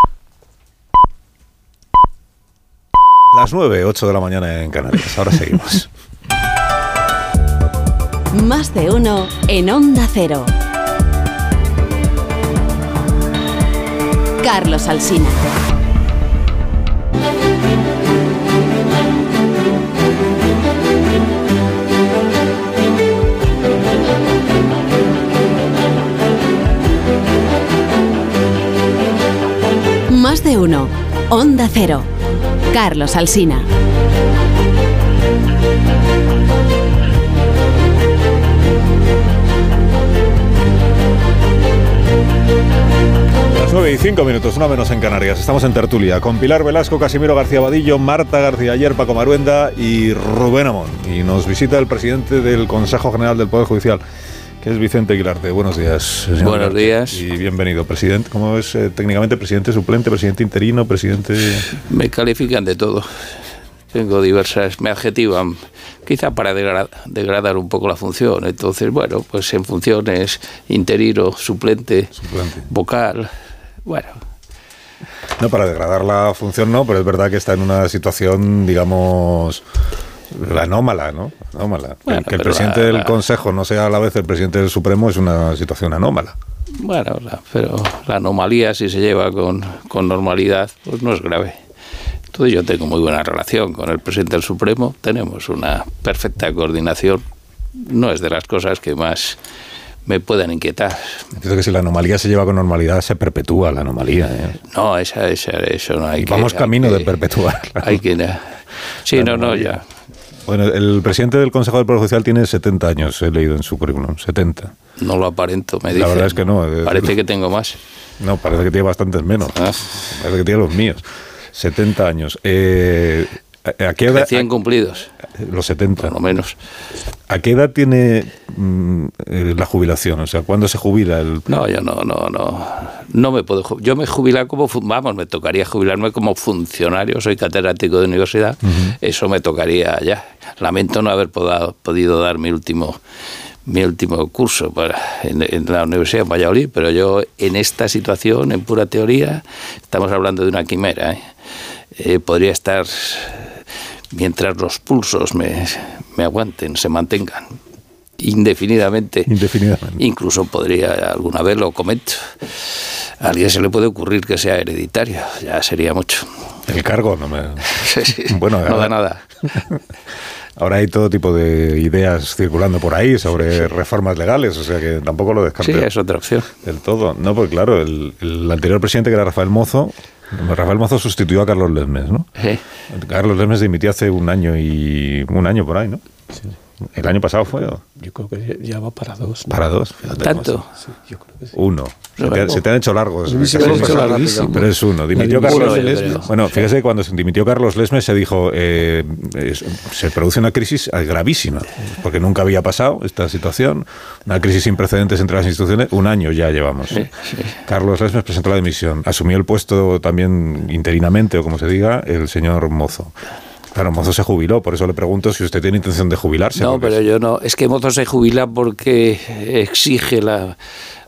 Las nueve, ocho de la mañana en Canarias. Ahora seguimos. Más de uno en Onda Cero. Carlos Alsina. Más de uno. Onda Cero. Carlos Alsina. Las nueve y cinco minutos, una menos en Canarias. Estamos en tertulia con Pilar Velasco, Casimiro García Vadillo, Marta García Ayer, Paco Maruenda y Rubén Amón. Y nos visita el presidente del Consejo General del Poder Judicial, que es Vicente Aguilarte. Buenos días, señor. Buenos días. Y bienvenido, presidente. ¿Cómo es eh, técnicamente? ¿Presidente suplente, presidente interino, presidente...? Me califican de todo. Tengo diversas... Me adjetivan, quizá para degra- degradar un poco la función. Entonces, bueno, pues en funciones interino, suplente, suplente. vocal... Bueno... No, para degradar la función no, pero es verdad que está en una situación, digamos... La anómala, ¿no? Anómala. Bueno, que el presidente la, del la... Consejo no sea a la vez el presidente del Supremo es una situación anómala. Bueno, la, pero la anomalía, si se lleva con, con normalidad, pues no es grave. Entonces yo tengo muy buena relación con el presidente del Supremo, tenemos una perfecta coordinación, no es de las cosas que más me puedan inquietar. Entiendo que si la anomalía se lleva con normalidad, se perpetúa la anomalía. ¿eh? No, esa, esa, eso no hay y que... Vamos camino hay que, de perpetuar. Hay que... Sí, no, no, ya... Bueno, el presidente del Consejo del Poder Judicial tiene setenta años, he leído en su currículum, setenta. No lo aparento, me dice. La verdad es que no. Parece que tengo más. No, parece que tiene bastantes menos. Ah. Parece que tiene los míos. setenta años. Eh, ¿a qué edad? Recién cumplidos. Los setenta. Por lo menos. ¿A qué edad tiene mm, la jubilación? O sea, ¿cuándo se jubila el...? No, yo no, no, no. No me puedo jubilar. Yo me jubilar como... Vamos, me tocaría jubilarme como funcionario. Soy catedrático de universidad. Uh-huh. Eso me tocaría ya. Lamento no haber podado, podido dar mi último... mi último curso para, en, en la Universidad de Valladolid, pero yo en esta situación, en pura teoría, estamos hablando de una quimera. ¿eh? Eh, podría estar, mientras los pulsos me, me aguanten, se mantengan indefinidamente. Indefinidamente. Incluso podría, alguna vez lo comento, a alguien se le puede ocurrir que sea hereditario, ya sería mucho. El cargo no me... sí, sí. Bueno, no da nada. Ahora hay todo tipo de ideas circulando por ahí sobre sí, sí. reformas legales, o sea que tampoco lo descarto. Sí, es otra opción. Del todo. No, pues claro, el, el anterior presidente, que era Rafael Mozo, Rafael Mozo sustituyó a Carlos Lesmes, ¿no? Sí. Carlos Lesmes dimitió hace un año y un año por ahí, ¿no? Sí. ¿El año pasado fue? ¿O? Yo creo que ya va para dos. ¿no? ¿Para dos? Fíjate. ¿Tanto? Sí, yo creo que sí. Uno. Se te, se te han hecho largos. Sí, se han hecho larguísimo. Pero es uno. Dimitió Carlos Lesmes. Bueno, fíjese que cuando se dimitió Carlos Lesmes se dijo, eh, es, se produce una crisis gravísima, porque nunca había pasado esta situación, una crisis sin precedentes entre las instituciones. Un año ya llevamos. Sí, sí. Carlos Lesmes presentó la dimisión. Asumió el puesto también interinamente, o como se diga, el señor Mozo. Claro, Mozo se jubiló, por eso le pregunto si usted tiene intención de jubilarse. No, pero yo no. Es que Mozo se jubila porque exige la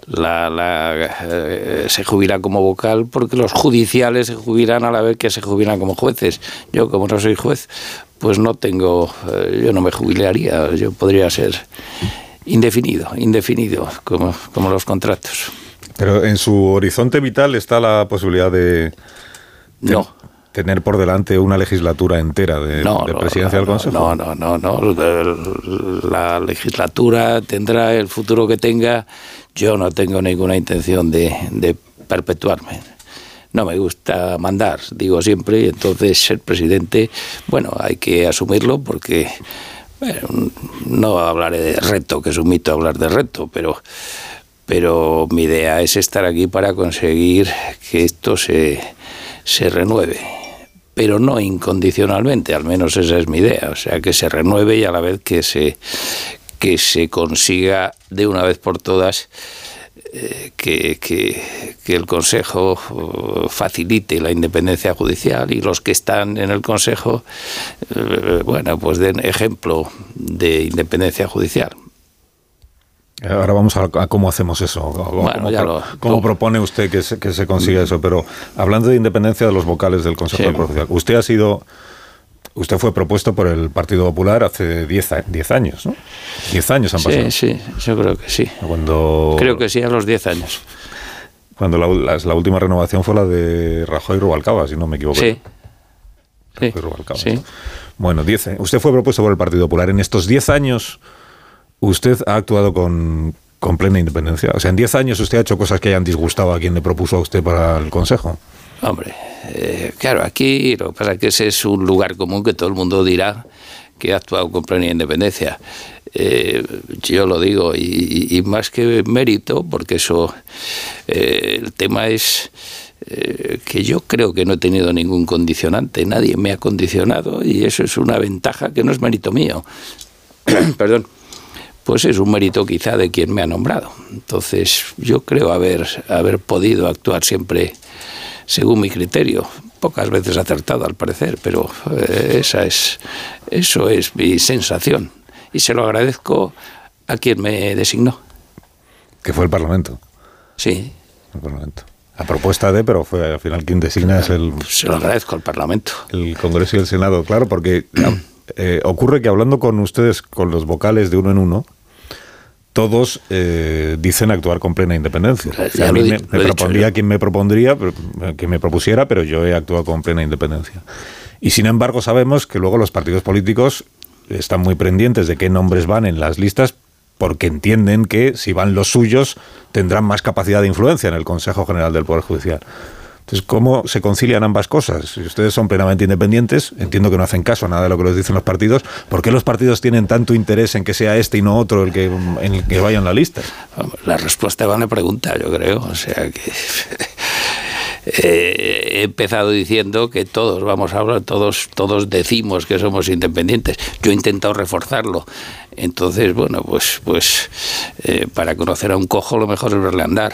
la, la eh, se jubila como vocal porque los judiciales se jubilan a la vez que se jubilan como jueces. Yo, como no soy juez, pues no tengo, eh, yo no me jubilaría, yo podría ser indefinido, indefinido, como, como los contratos. Pero en su horizonte vital está la posibilidad de... No. tener por delante una legislatura entera de, no, de no, presidencia no, del Consejo. No, no, no, no. La legislatura tendrá el futuro que tenga. Yo no tengo ninguna intención de, de perpetuarme. No me gusta mandar, digo siempre, y entonces ser presidente, bueno, hay que asumirlo porque, bueno, no hablaré de reto, que es un mito hablar de reto, pero, pero mi idea es estar aquí para conseguir que esto se, se renueve. Pero no incondicionalmente, al menos esa es mi idea, o sea, que se renueve y a la vez que se, que se consiga de una vez por todas eh, que, que, que el Consejo facilite la independencia judicial y los que están en el Consejo, eh, bueno, pues den ejemplo de independencia judicial. Ahora vamos a, a cómo hacemos eso, cómo, bueno, cómo, ya lo, cómo lo, propone usted que se, que se consiga eso, pero hablando de independencia de los vocales del Consejo sí. del Poder Judicial, usted ha sido, usted fue propuesto por el Partido Popular hace diez años, ¿no? diez años han pasado. Sí, sí, yo creo que sí. Cuando, creo que sí, a los diez años. Cuando la, la, la última renovación fue la de Rajoy y Rubalcaba, si no me equivoco. Sí. Rajoy y Rubalcaba. Sí. ¿No? Bueno, diez, usted fue propuesto por el Partido Popular. En estos diez años... ¿usted ha actuado con, con plena independencia? O sea, en diez años usted ha hecho cosas que hayan disgustado a quien le propuso a usted para el Consejo. Hombre, eh, claro, aquí lo que pasa es que ese es un lugar común que todo el mundo dirá que ha actuado con plena independencia. Eh, yo lo digo, y, y más que mérito, porque eso, eh, el tema es... Eh, que yo creo que no he tenido ningún condicionante, nadie me ha condicionado y eso es una ventaja que no es mérito mío. Perdón. Pues es un mérito quizá de quien me ha nombrado. Entonces yo creo haber, haber podido actuar siempre según mi criterio, pocas veces acertado al parecer, pero eh, esa es, eso es mi sensación y se lo agradezco a quien me designó. Que fue el Parlamento. Sí. El Parlamento. A propuesta de, pero fue al final quien designa es el... Se lo agradezco al Parlamento. El Congreso y el Senado, claro, porque... Eh, ocurre que hablando con ustedes, con los vocales de uno en uno, todos eh, dicen actuar con plena independencia. O sea, a mí me, me propondría quien me propondría, que me propusiera, pero yo he actuado con plena independencia. Y sin embargo sabemos que luego los partidos políticos están muy pendientes de qué nombres van en las listas, porque entienden que si van los suyos tendrán más capacidad de influencia en el Consejo General del Poder Judicial. Entonces, ¿cómo se concilian ambas cosas? Si ustedes son plenamente independientes, entiendo que no hacen caso a nada de lo que les dicen los partidos. ¿Por qué los partidos tienen tanto interés en que sea este y no otro el que, en el que vaya en la lista? La respuesta va a la pregunta, yo creo. O sea que... Eh, he empezado diciendo que todos vamos a hablar, todos, todos decimos que somos independientes. Yo he intentado reforzarlo. Entonces, bueno, pues, pues eh, para conocer a un cojo lo mejor es verle andar.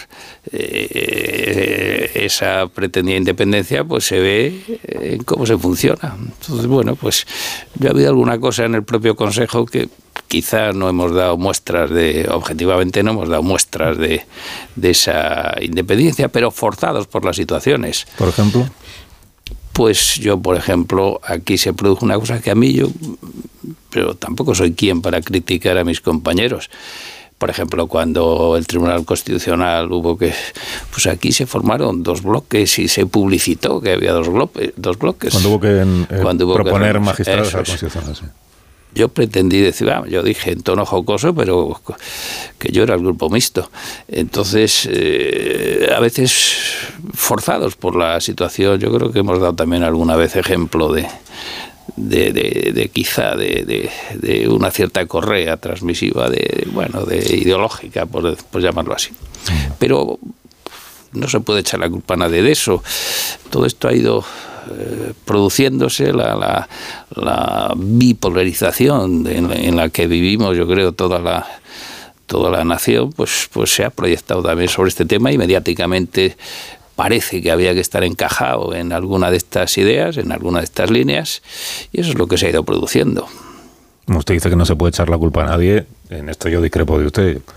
Eh, esa pretendida independencia pues se ve en cómo se funciona. Entonces, bueno, pues ya ha habido alguna cosa en el propio Consejo que quizá no hemos dado muestras de, objetivamente no hemos dado muestras de, de esa independencia, pero forzados por las situaciones. ¿Por ejemplo? Pues yo, por ejemplo, aquí se produjo una cosa que a mí yo, pero tampoco soy quien para criticar a mis compañeros. Por ejemplo, cuando el Tribunal Constitucional hubo que... Pues aquí se formaron dos bloques y se publicitó que había dos, bloques, dos bloques. Cuando hubo que eh, cuando hubo proponer que, magistrados a la Constitución. Sí. Yo pretendí decir, ah, yo dije en tono jocoso, pero que yo era el grupo mixto. Entonces, eh, a veces forzados por la situación, yo creo que hemos dado también alguna vez ejemplo de... De, de, de quizá de, de, de una cierta correa transmisiva de bueno de ideológica por, por llamarlo así, pero no se puede echar la culpa a nadie de eso. Todo esto ha ido eh, produciéndose la, la, la bipolarización en, en la que vivimos, yo creo, toda la toda la nación, pues pues se ha proyectado también sobre este tema y mediáticamente parece que había que estar encajado en alguna de estas ideas, en alguna de estas líneas, y eso es lo que se ha ido produciendo. Usted dice que no se puede echar la culpa a nadie, en esto yo discrepo de usted.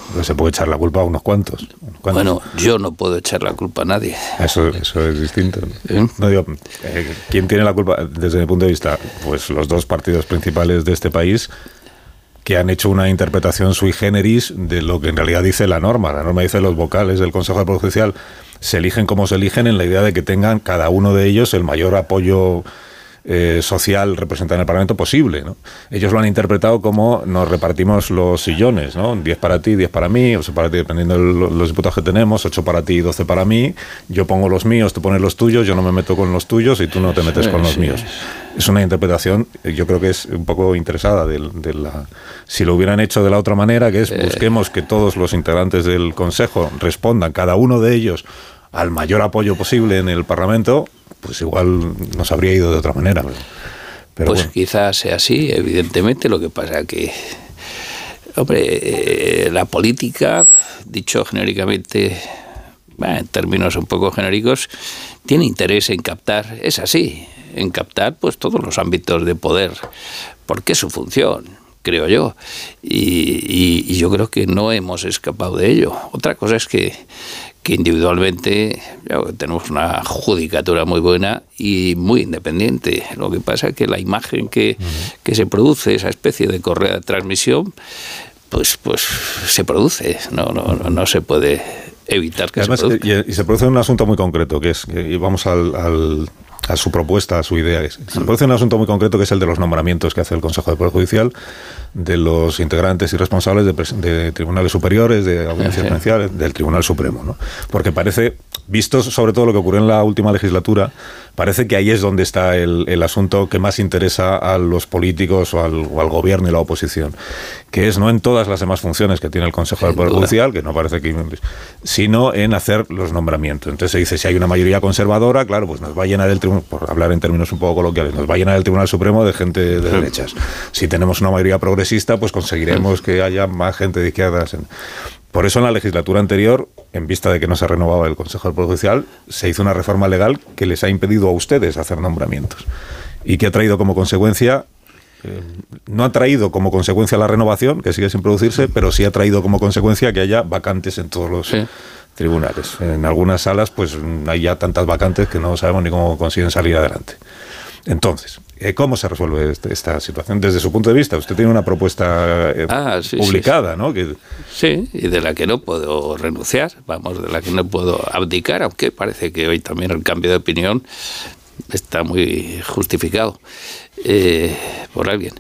Pero se puede echar la culpa a unos cuantos. Unos cuantos. Bueno, yo no puedo echar la culpa a nadie. Eso, eso es distinto. ¿Eh? No digo, eh, ¿quién tiene la culpa? Desde mi punto de vista, pues los dos partidos principales de este país, que han hecho una interpretación sui generis de lo que en realidad dice la norma. La norma dice los vocales del Consejo de Poder Judicial se eligen como se eligen en la idea de que tengan cada uno de ellos el mayor apoyo eh, social representado en el Parlamento posible, ¿no? Ellos lo han interpretado como nos repartimos los sillones, ¿no? diez para ti, diez para mí, o sea, para ti, dependiendo de los diputados que tenemos, ocho para ti y doce para mí. Yo pongo los míos, tú pones los tuyos, yo no me meto con los tuyos y tú no te metes sí, con los sí. míos. Es una interpretación, yo creo que es un poco interesada de, de la... Si lo hubieran hecho de la otra manera, que es busquemos que todos los integrantes del Consejo respondan, cada uno de ellos, al mayor apoyo posible en el Parlamento, pues igual nos habría ido de otra manera. Pero pues bueno. Quizás sea así, evidentemente. Lo que pasa que, hombre, eh, la política, dicho genéricamente, bueno, en términos un poco genéricos, tiene interés en captar, es así, en captar pues todos los ámbitos de poder, porque es su función, creo yo, y, y, y yo creo que no hemos escapado de ello. Otra cosa es que que individualmente tenemos una judicatura muy buena y muy independiente. Lo que pasa es que la imagen que, que se produce, esa especie de correa de transmisión, pues, pues se produce, no, no, no se puede evitar que Además, se produzca. Y, y se produce un asunto muy concreto, que es, y vamos al, al, a su propuesta, a su idea. Se produce un asunto muy concreto que es el de los nombramientos que hace el Consejo de Poder Judicial de los integrantes y responsables de, de tribunales superiores, de audiencias provinciales, del Tribunal Supremo, ¿no? Porque parece, visto sobre todo lo que ocurrió en la última legislatura, parece que ahí es donde está el, el asunto que más interesa a los políticos o al, o al gobierno y la oposición, que es no en todas las demás funciones que tiene el Consejo del Poder Judicial, que no parece que, sino en hacer los nombramientos. Entonces se dice, si hay una mayoría conservadora, claro, pues nos va a llenar el tribunal, por hablar en términos un poco coloquiales, nos va a llenar el Tribunal Supremo de gente de derechas. Si tenemos una mayoría progresista, pues conseguiremos que haya más gente de izquierdas. Por eso en la legislatura anterior, en vista de que no se renovaba el Consejo del Poder Judicial, se hizo una reforma legal que les ha impedido a ustedes hacer nombramientos y que ha traído como consecuencia, eh, no ha traído como consecuencia la renovación, que sigue sin producirse, pero sí ha traído como consecuencia que haya vacantes en todos los sí. tribunales. En algunas salas pues hay ya tantas vacantes que no sabemos ni cómo consiguen salir adelante. Entonces, ¿cómo se resuelve este, esta situación desde su punto de vista? Usted tiene una propuesta eh, ah, sí, publicada, sí, ¿no? Que... Sí, y de la que no puedo renunciar, vamos, de la que no puedo abdicar, aunque parece que hoy también el cambio de opinión está muy justificado eh, por alguien.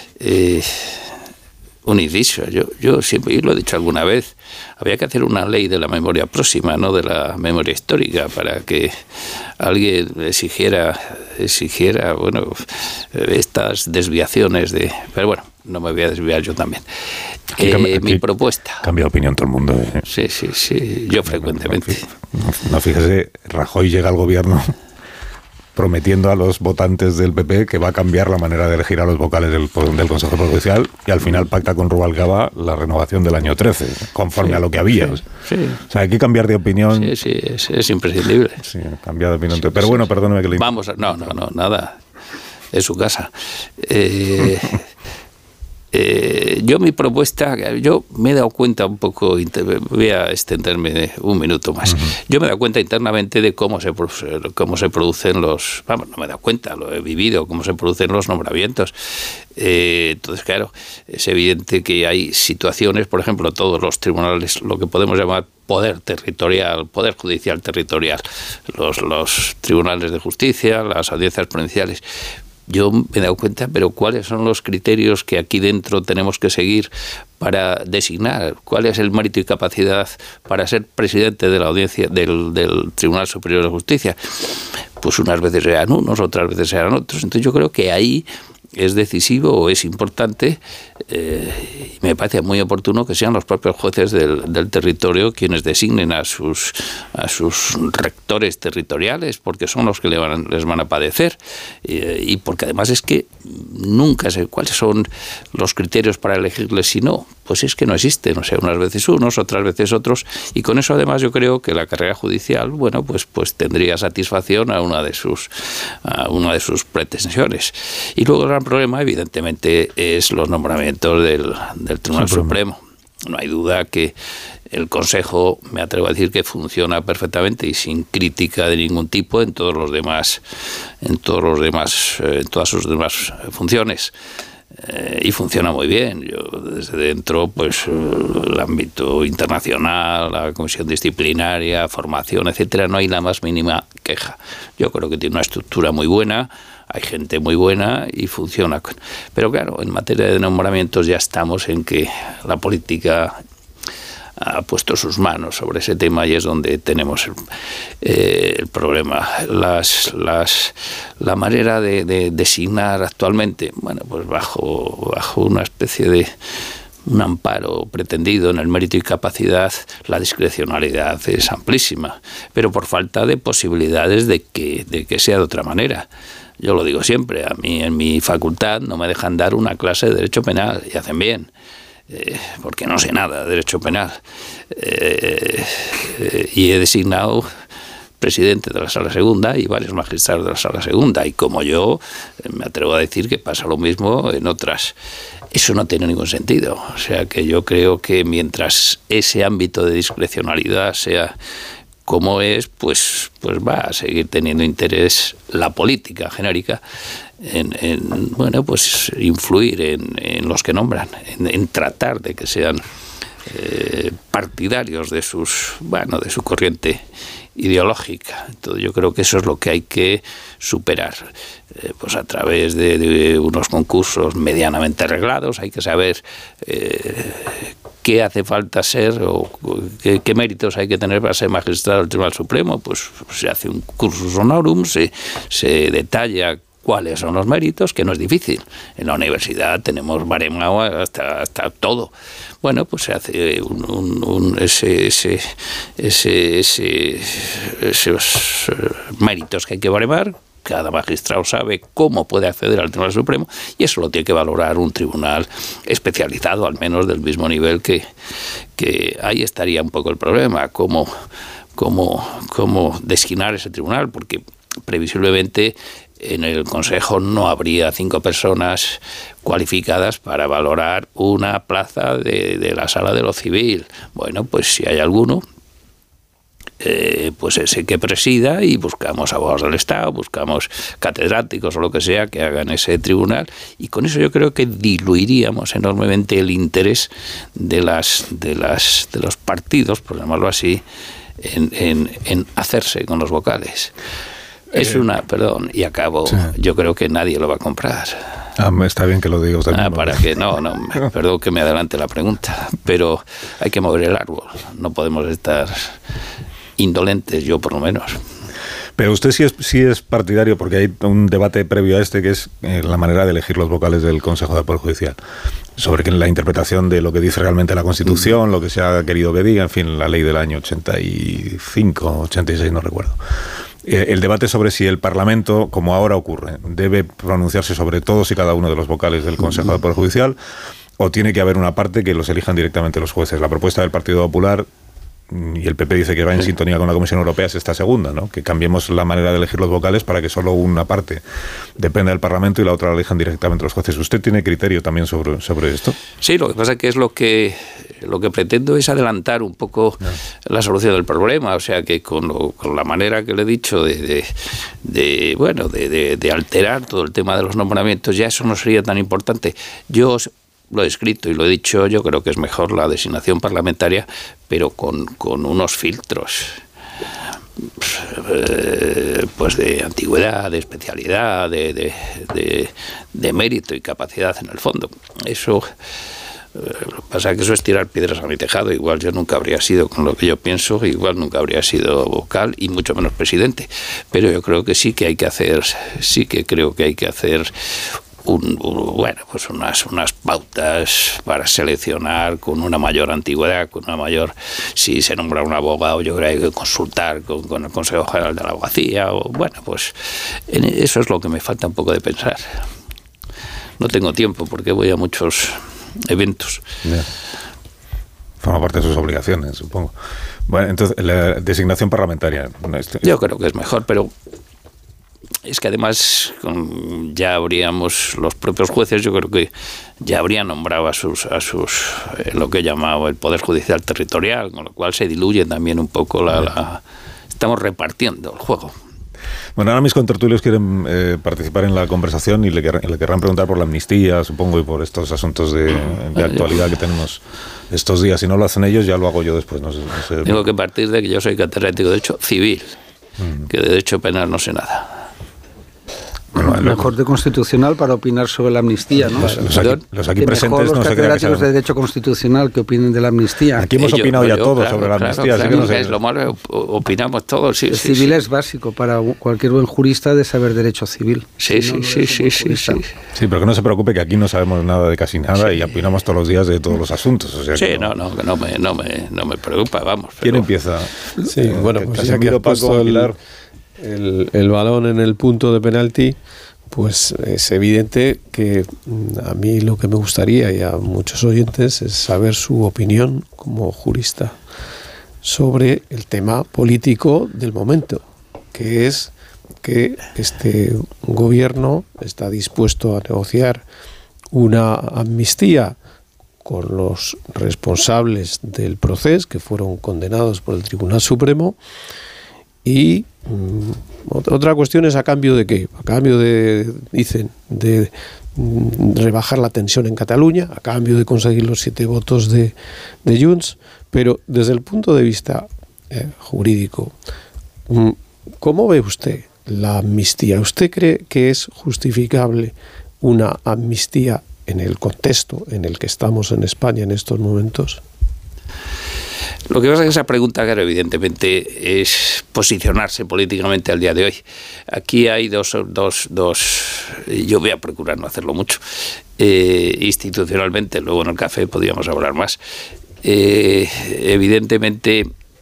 Eh, un inciso, yo, yo siempre, y lo he dicho alguna vez, había que hacer una ley de la memoria próxima, no de la memoria histórica, para que alguien exigiera, exigiera, bueno, estas desviaciones de... Pero bueno, no me voy a desviar yo también. Eh, cambia, mi propuesta... Cambia de opinión todo el mundo. ¿eh? Sí, sí, sí, yo frecuentemente. No, no, fíjese, Rajoy llega al gobierno prometiendo a los votantes del P P que va a cambiar la manera de elegir a los vocales del, del Consejo de Poder Judicial y al final pacta con Rubalcaba la renovación del año trece, conforme sí, a lo que había. Sí, sí. O sea, hay que cambiar de opinión. Sí, sí, es, es imprescindible. Sí, cambiar de opinión. Sí, Pero sí, bueno, sí. perdóneme que le... Vamos, a, no, no, no, nada. Es su casa. Eh... Eh, yo mi propuesta, yo me he dado cuenta un poco, voy a extenderme un minuto más, uh-huh. yo me he dado cuenta internamente de cómo se, cómo se producen los, vamos, no me he dado cuenta, lo he vivido, cómo se producen los nombramientos. Eh, entonces, claro, es evidente que hay situaciones, por ejemplo, todos los tribunales, lo que podemos llamar poder territorial, poder judicial territorial, los, los tribunales de justicia, las audiencias provinciales. Yo me he dado cuenta, pero ¿cuáles son los criterios que aquí dentro tenemos que seguir para designar? ¿Cuál es el mérito y capacidad para ser presidente de la audiencia del, del Tribunal Superior de Justicia? Pues unas veces eran unos, otras veces eran otros. Entonces yo creo que ahí es decisivo o es importante, eh, y me parece muy oportuno que sean los propios jueces del, del territorio quienes designen a sus a sus rectores territoriales, porque son los que le van, les van a padecer, eh, y porque además es que nunca sé cuáles son los criterios para elegirles, si no, pues es que no existen, o sea, unas veces unos, otras veces otros, y con eso además yo creo que la carrera judicial, bueno, pues pues tendría satisfacción a una de sus a una de sus pretensiones. Y luego el gran problema, evidentemente, es los nombramientos del, del Tribunal Supremo. Supremo. no hay duda que el Consejo, me atrevo a decir que funciona perfectamente y sin crítica de ningún tipo en todos los demás, en todos los demás, en todas sus demás funciones. Eh, y funciona muy bien. Yo desde dentro, pues el ámbito internacional, la comisión disciplinaria, formación, etcétera, no hay la más mínima queja. Yo creo que tiene una estructura muy buena, hay gente muy buena y funciona. Pero claro, en materia de nombramientos ya estamos en que la política ha puesto sus manos sobre ese tema y es donde tenemos el, eh, el problema. Las, las, la manera de, de designar actualmente, bueno, pues bajo, bajo una especie de un amparo pretendido en el mérito y capacidad, la discrecionalidad es amplísima, pero por falta de posibilidades de que, de que sea de otra manera. Yo lo digo siempre, a mí en mi facultad no me dejan dar una clase de Derecho Penal y hacen bien. Eh, porque no sé nada de derecho penal eh, eh, y he designado presidente de la Sala Segunda y varios magistrados de la Sala Segunda y como yo eh, me atrevo a decir que pasa lo mismo en otras. Eso no tiene ningún sentido, o sea que yo creo que mientras ese ámbito de discrecionalidad sea como es, pues, pues va a seguir teniendo interés la política genérica en, en bueno, pues influir en, en los que nombran, en, en tratar de que sean eh, partidarios de sus, bueno, de su corriente ideológica. Entonces yo creo que eso es lo que hay que superar, eh, pues a través de, de unos concursos medianamente arreglados. Hay que saber eh, qué hace falta ser o qué, qué méritos hay que tener para ser magistrado del Tribunal Supremo. Pues, pues se hace un cursus honorum, se, se detalla cuáles son los méritos, que no es difícil. En la universidad tenemos baremado hasta, hasta todo. Bueno, pues se hace un, un, un, ese, ese, ese, ese, esos méritos que hay que baremar. Cada magistrado sabe cómo puede acceder al Tribunal Supremo y eso lo tiene que valorar un tribunal especializado, al menos del mismo nivel que, que ahí estaría un poco el problema, cómo, cómo, cómo designar ese tribunal, porque previsiblemente en el Consejo no habría cinco personas cualificadas para valorar una plaza de, de la Sala de lo Civil. Bueno, pues si hay alguno, eh, pues ese que presida y buscamos abogados del Estado, buscamos catedráticos o lo que sea que hagan ese tribunal y con eso yo creo que diluiríamos enormemente el interés de las de las de los partidos, por llamarlo así, en, en, en hacerse con los vocales. Es una, perdón, y acabo, sí. Yo creo que nadie lo va a comprar. Ah, está bien que lo diga usted. Ah, para que no, no, perdón que me adelante la pregunta, pero hay que mover el árbol, no podemos estar indolentes, yo por lo menos. Pero usted sí es, sí es partidario, porque hay un debate previo a este que es eh, la manera de elegir los vocales del Consejo del Poder Judicial, sobre que la interpretación de lo que dice realmente la Constitución, mm. lo que se ha querido que diga, en fin, la ley del año ochenta y cinco, ochenta y seis, no recuerdo. El debate sobre si el Parlamento, como ahora ocurre, debe pronunciarse sobre todos y cada uno de los vocales del Consejo del Poder Judicial o tiene que haber una parte que los elijan directamente los jueces. La propuesta del Partido Popular, y el P P dice que va en sintonía con la Comisión Europea, es esta segunda, ¿no? Que cambiemos la manera de elegir los vocales para que solo una parte dependa del Parlamento y la otra la elijan directamente los jueces. ¿Usted tiene criterio también sobre, sobre esto? Sí, lo que pasa es que es lo que lo que pretendo es adelantar un poco no. la solución del problema, o sea que con, lo, con la manera que le he dicho de, de, de bueno de, de, de alterar todo el tema de los nombramientos, ya eso no sería tan importante. Yo lo he escrito y lo he dicho, yo creo que es mejor la designación parlamentaria, pero con, con unos filtros pues de antigüedad, de especialidad, de, de, de, de mérito y capacidad en el fondo. Eso, lo que pasa es que eso es tirar piedras a mi tejado. Igual yo nunca habría sido, con lo que yo pienso, igual nunca habría sido vocal y mucho menos presidente. Pero yo creo que sí que hay que hacer, sí que creo que hay que hacer Un, bueno, pues unas, unas pautas para seleccionar con una mayor antigüedad, con una mayor, si se nombra un abogado, yo creo que hay que consultar con, con el Consejo General de la Abogacía, o bueno, pues en eso es lo que me falta un poco de pensar. No tengo tiempo porque voy a muchos eventos. Yeah. Forma parte de sus obligaciones, supongo. Bueno, entonces, la designación parlamentaria. Yo creo que es mejor, pero es que además ya habríamos, los propios jueces, yo creo que ya habrían nombrado a sus, a sus eh, lo que he llamado el Poder Judicial Territorial, con lo cual se diluye también un poco la... la estamos repartiendo el juego. Bueno, ahora mis contertulios quieren eh, participar en la conversación y le, quer- le querrán preguntar por la amnistía, supongo, y por estos asuntos de, de actualidad que tenemos estos días. Si no lo hacen ellos, ya lo hago yo después. No sé, no sé. Tengo que partir de que yo soy catedrático de Derecho Civil, mm. que de Derecho Penal no sé nada. Bueno, mejor de constitucional para opinar sobre la amnistía, ¿no? Los aquí, los aquí presentes los no se catedráticos de derecho constitucional que opinen de la amnistía. Aquí hemos Ellos, opinado yo, ya todos claro, sobre la claro, amnistía. Claro, así que no sé. es lo malo, opinamos todos. Sí, el sí, civil sí. es básico para cualquier buen jurista de saber derecho civil. Sí, si sí, no, sí, no sí, sí, sí. Sí, pero que no se preocupe que aquí no sabemos nada de casi nada sí. y opinamos todos los días de todos los asuntos. O sea sí, que no, no, que no me, no me, no me preocupa, vamos. ¿Quién pero... empieza? Sí, eh, bueno, pues ya que has puesto el, el, el balón en el punto de penalti, pues es evidente que a mí lo que me gustaría y a muchos oyentes es saber su opinión como jurista sobre el tema político del momento, que es que este gobierno está dispuesto a negociar una amnistía con los responsables del proceso que fueron condenados por el Tribunal Supremo y mmm, otra cuestión es a cambio de qué, a cambio de, dicen, de mmm, rebajar la tensión en Cataluña, a cambio de conseguir los siete votos de, de Junts, pero desde el punto de vista eh, jurídico, mmm, ¿cómo ve usted la amnistía? ¿Usted cree que es justificable una amnistía en el contexto en el que estamos en España en estos momentos? Lo que pasa es que esa pregunta, claro, evidentemente es posicionarse políticamente al día de hoy. Aquí hay dos, dos, dos yo voy a procurar no hacerlo mucho, eh, institucionalmente, luego en el café podríamos hablar más. Eh, evidentemente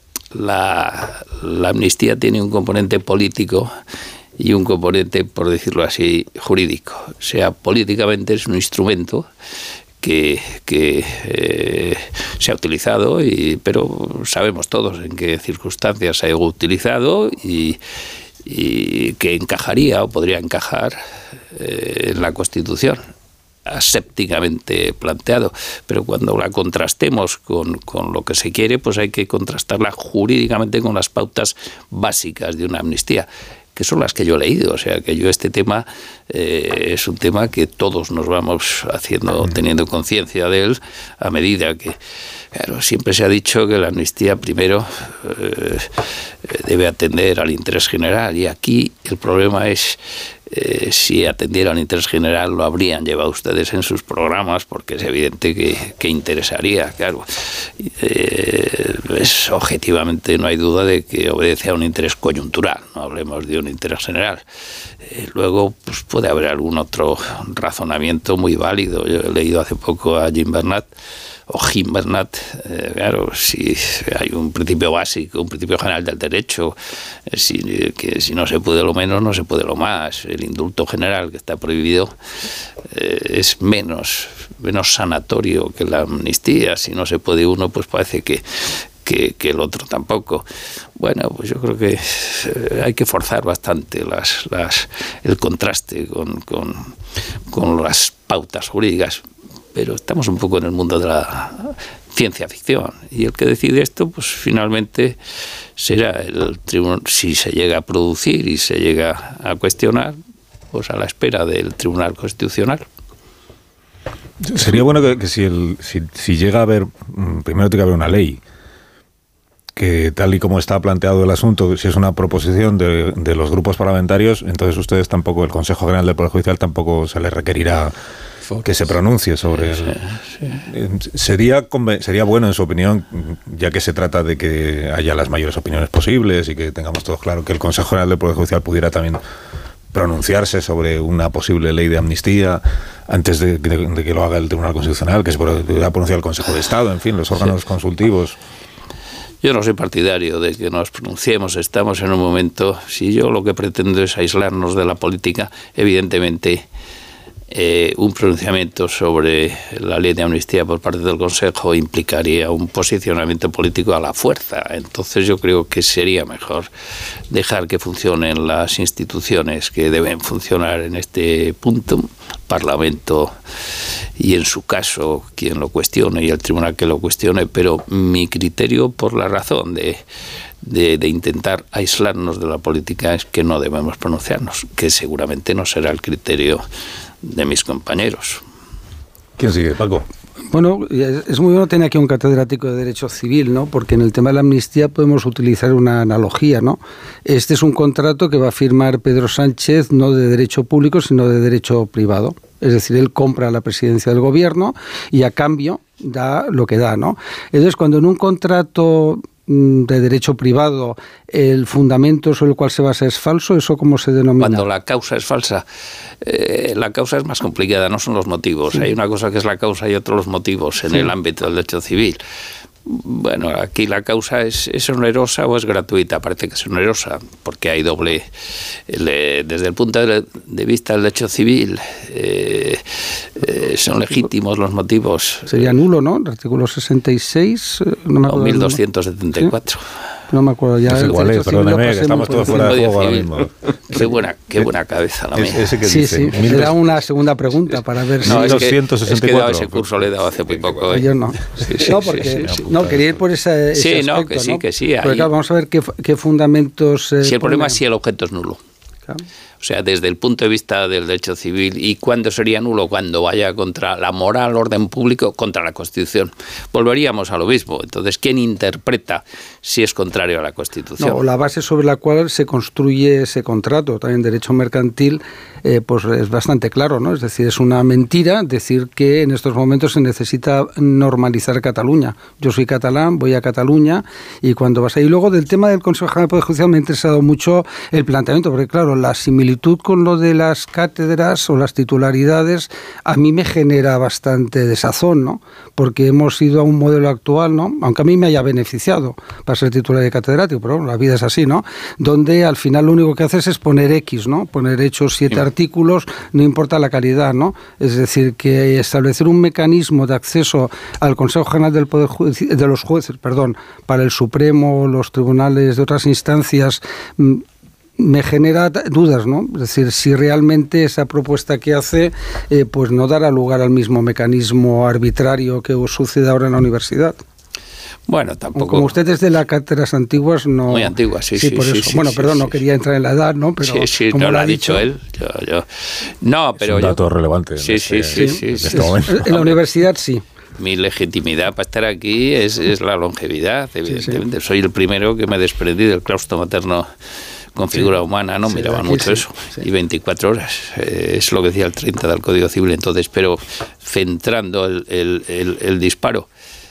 la, la amnistía tiene un componente político y un componente, por decirlo así, jurídico. O sea, políticamente es un instrumento que, que eh, se ha utilizado, y, pero sabemos todos en qué circunstancias se ha utilizado y, y que encajaría o podría encajar eh, en la Constitución, asépticamente planteado, pero cuando la contrastemos con, con lo que se quiere, pues hay que contrastarla jurídicamente con las pautas básicas de una amnistía, que son las que yo he leído. O sea, que yo este tema eh, es un tema que todos nos vamos haciendo, teniendo conciencia de él, a medida que, claro, siempre se ha dicho que la amnistía primero eh, debe atender al interés general, y aquí el problema es Eh, si atendiera al interés general lo habrían llevado ustedes en sus programas, porque es evidente que, que interesaría, claro. Eh, es, objetivamente no hay duda de que obedece a un interés coyuntural, no hablemos de un interés general. Eh, luego pues puede haber algún otro razonamiento muy válido. Yo he leído hace poco a Jim Bernat, o Jim Bernat, eh, claro, si hay un principio básico, un principio general del derecho, eh, si, que si no se puede lo menos, no se puede lo más. El indulto general, que está prohibido, eh, es menos, menos sanatorio que la amnistía. Si no se puede uno, pues parece que, que, que el otro tampoco. Bueno, pues yo creo que eh, hay que forzar bastante las, las, el contraste con, con, con las pautas jurídicas. Pero estamos un poco en el mundo de la ciencia ficción, y el que decide esto, pues finalmente será el tribunal, si se llega a producir y se llega a cuestionar, pues a la espera del Tribunal Constitucional. Sería bueno que, que si, el, si, si llega a haber, primero tiene que haber una ley, que tal y como está planteado el asunto, si es una proposición de, de los grupos parlamentarios, entonces ustedes tampoco, el Consejo General del Poder Judicial tampoco se les requerirá que se pronuncie sobre sí, el... sí. Sería, sería bueno, en su opinión, ya que se trata de que haya las mayores opiniones posibles y que tengamos todos claro, que el Consejo General del Poder Judicial pudiera también pronunciarse sobre una posible ley de amnistía antes de, de, de que lo haga el Tribunal Constitucional, que se pudiera pronunciar el Consejo de Estado, en fin, los órganos sí. consultivos. Yo no soy partidario de que nos pronunciemos. Estamos en un momento, si yo lo que pretendo es aislarnos de la política, evidentemente eh, un pronunciamiento sobre la ley de amnistía por parte del Consejo implicaría un posicionamiento político a la fuerza. Entonces yo creo que sería mejor dejar que funcionen las instituciones que deben funcionar en este punto, Parlamento y en su caso quien lo cuestione y el tribunal que lo cuestione, pero mi criterio por la razón de, de, de intentar aislarnos de la política es que no debemos pronunciarnos, que seguramente no será el criterio de mis compañeros. ¿Quién sigue, Paco? Bueno, es muy bueno tener aquí un catedrático de Derecho Civil, ¿no? Porque en el tema de la amnistía podemos utilizar una analogía, ¿no? Este es un contrato que va a firmar Pedro Sánchez no de derecho público, sino de derecho privado. Es decir, él compra la presidencia del gobierno y a cambio da lo que da, ¿no? Entonces, cuando en un contrato de derecho privado el fundamento sobre el cual se basa es falso, ¿eso cómo se denomina? Cuando la causa es falsa, eh, la causa es más complicada, no son los motivos. Sí. Hay una cosa que es la causa y otra los motivos en sí. el ámbito del derecho civil. Bueno, aquí la causa es, es onerosa o es gratuita. Parece que es onerosa porque hay doble... Le, desde el punto de, de vista del derecho civil eh, eh, son legítimos los motivos. Sería nulo, ¿no? El artículo sesenta y seis... No me o mil doscientos setenta y cuatro. ¿Sí? No me acuerdo ya. No sé cuál es, perdóneme, que estamos todos fuera de juego ahora mismo. Qué buena, qué buena cabeza la mía. Ese que sí, dice, sí. Le da una segunda pregunta para ver si... No, es mil doscientos sesenta y cuatro. Que, es que he dado ese curso, le he dado hace muy poco. ¿eh? Yo no. Sí, sí, no, porque... Sí, sí, no, quería ir por esa, ese sí, aspecto, no, que sí, ¿no? que sí. Porque claro, vamos a ver qué, qué fundamentos... Eh, si el problema ponen. es si el objeto es nulo. Claro. O sea, desde el punto de vista del derecho civil, ¿y cuándo sería nulo? Cuando vaya contra la moral, orden público, contra la Constitución. Volveríamos a lo mismo. Entonces, ¿quién interpreta si es contrario a la Constitución? No, la base sobre la cual se construye ese contrato, también derecho mercantil, eh, pues es bastante claro, ¿no? Es decir, es una mentira decir que en estos momentos se necesita normalizar Cataluña. Yo soy catalán, voy a Cataluña y cuando vas ahí... Luego, del tema del Consejo General del Poder Judicial me ha interesado mucho el planteamiento, porque claro, la similitud con lo de las cátedras o las titularidades a mí me genera bastante desazón, ¿no? Porque hemos ido a un modelo actual, ¿no? Aunque a mí me haya beneficiado para ser titular de catedrático, pero bueno, la vida es así, ¿no? Donde al final lo único que haces es poner X, ¿no? Poner hechos siete artículos, no importa la calidad, ¿no? Es decir, que establecer un mecanismo de acceso al Consejo General del Poder Judicial, de los jueces, perdón, para el Supremo, los tribunales de otras instancias, me genera dudas, ¿no? Es decir, si realmente esa propuesta que hace eh, pues no dará lugar al mismo mecanismo arbitrario que sucede ahora en la universidad. Bueno, tampoco... Como usted es de las cátedras antiguas, no... Muy antiguas, sí, sí. Sí, por sí, eso. sí, bueno, sí, perdón, sí, no quería entrar en la edad, ¿no? Pero sí, sí, como no lo ha dicho, dicho él. Yo, yo... No, pero es un dato yo... relevante. Sí, en sí, este, sí, sí, en sí, este sí. momento. En la universidad, sí. Mi legitimidad para estar aquí es, es la longevidad, evidentemente. Sí, sí. Soy el primero que me desprendí del claustro materno con figura sí, humana, no sí, miraban mucho sí, eso, sí. Y veinticuatro horas, eh, es lo que decía el treinta del Código Civil. Entonces, pero centrando el, el, el, el disparo,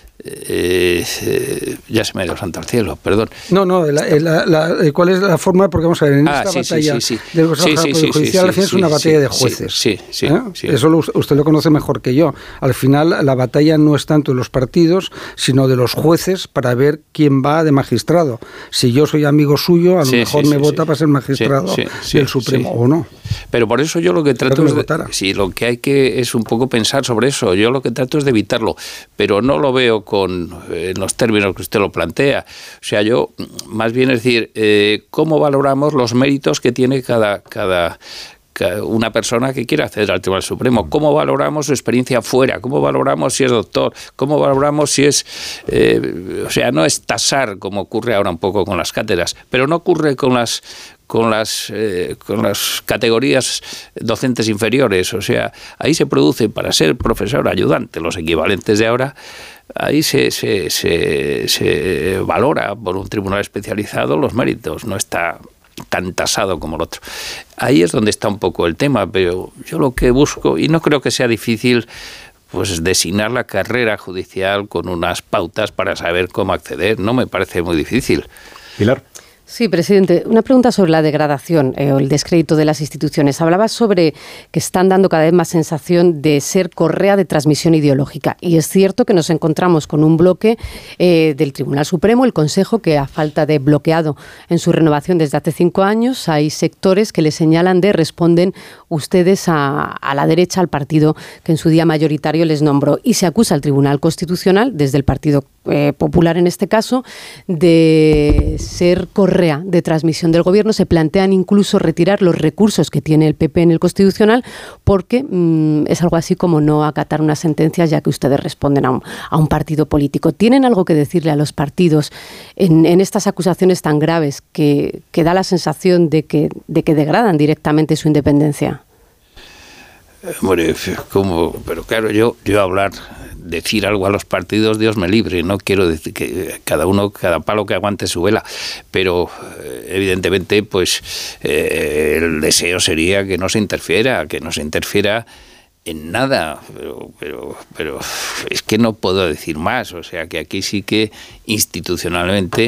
Eh, eh, ya se me ha ido santo al cielo, perdón. No, no, la, la, la, ¿cuál es la forma? Porque vamos a ver, en ah, esta sí, batalla sí, sí, sí. del Consejo sí, sí, Judicial, sí, al final sí, es una batalla sí, de jueces. Sí, sí, ¿eh? sí. Eso lo, usted lo conoce mejor que yo. Al final, la batalla no es tanto de los partidos, sino de los jueces para ver quién va de magistrado. Si yo soy amigo suyo, a lo sí, mejor sí, me sí, vota sí. para ser magistrado sí, sí, del Supremo sí. o no. Pero por eso yo lo que trato que es de, sí, lo que hay que es un poco pensar sobre eso. Yo lo que trato es de evitarlo, pero no lo veo con eh, en los términos que usted lo plantea. O sea, yo más bien es decir, eh, ¿cómo valoramos los méritos que tiene cada cada una persona que quiera acceder al Tribunal Supremo? ¿Cómo valoramos su experiencia fuera? ¿Cómo valoramos si es doctor? ¿Cómo valoramos si es... Eh, o sea, no es tasar como ocurre ahora un poco con las cátedras, pero no ocurre con las con las eh, con las categorías docentes inferiores. O sea, ahí se produce para ser profesor ayudante, los equivalentes de ahora, ahí se, se, se, se valora por un tribunal especializado los méritos, no está tan tasado como el otro. Ahí es donde está un poco el tema, pero yo lo que busco, y no creo que sea difícil, pues designar la carrera judicial con unas pautas para saber cómo acceder, no me parece muy difícil. Pilar. Sí, presidente. Una pregunta sobre la degradación eh, o el descrédito de las instituciones. Hablaba sobre que están dando cada vez más sensación de ser correa de transmisión ideológica. Y es cierto que nos encontramos con un bloque eh, del Tribunal Supremo, el Consejo, que a falta de bloqueado en su renovación desde hace cinco años, hay sectores que le señalan de responden ustedes a, a la derecha, al partido que en su día mayoritario les nombró. Y se acusa al Tribunal Constitucional, desde el Partido eh, Popular en este caso, de ser correa de transmisión del gobierno. Se plantean incluso retirar los recursos que tiene el P P en el Constitucional porque mmm, es algo así como no acatar una sentencia, ya que ustedes responden a un, a un partido político. ¿Tienen algo que decirle a los partidos en, en estas acusaciones tan graves que, que da la sensación de que, de que degradan directamente su independencia? Hombre, como, pero claro, yo, yo hablar, decir algo a los partidos, Dios me libre, no quiero decir que cada uno, cada palo que aguante su vela, pero evidentemente pues eh, el deseo sería que no se interfiera, que no se interfiera en nada, pero, pero, pero es que no puedo decir más, o sea que aquí sí que institucionalmente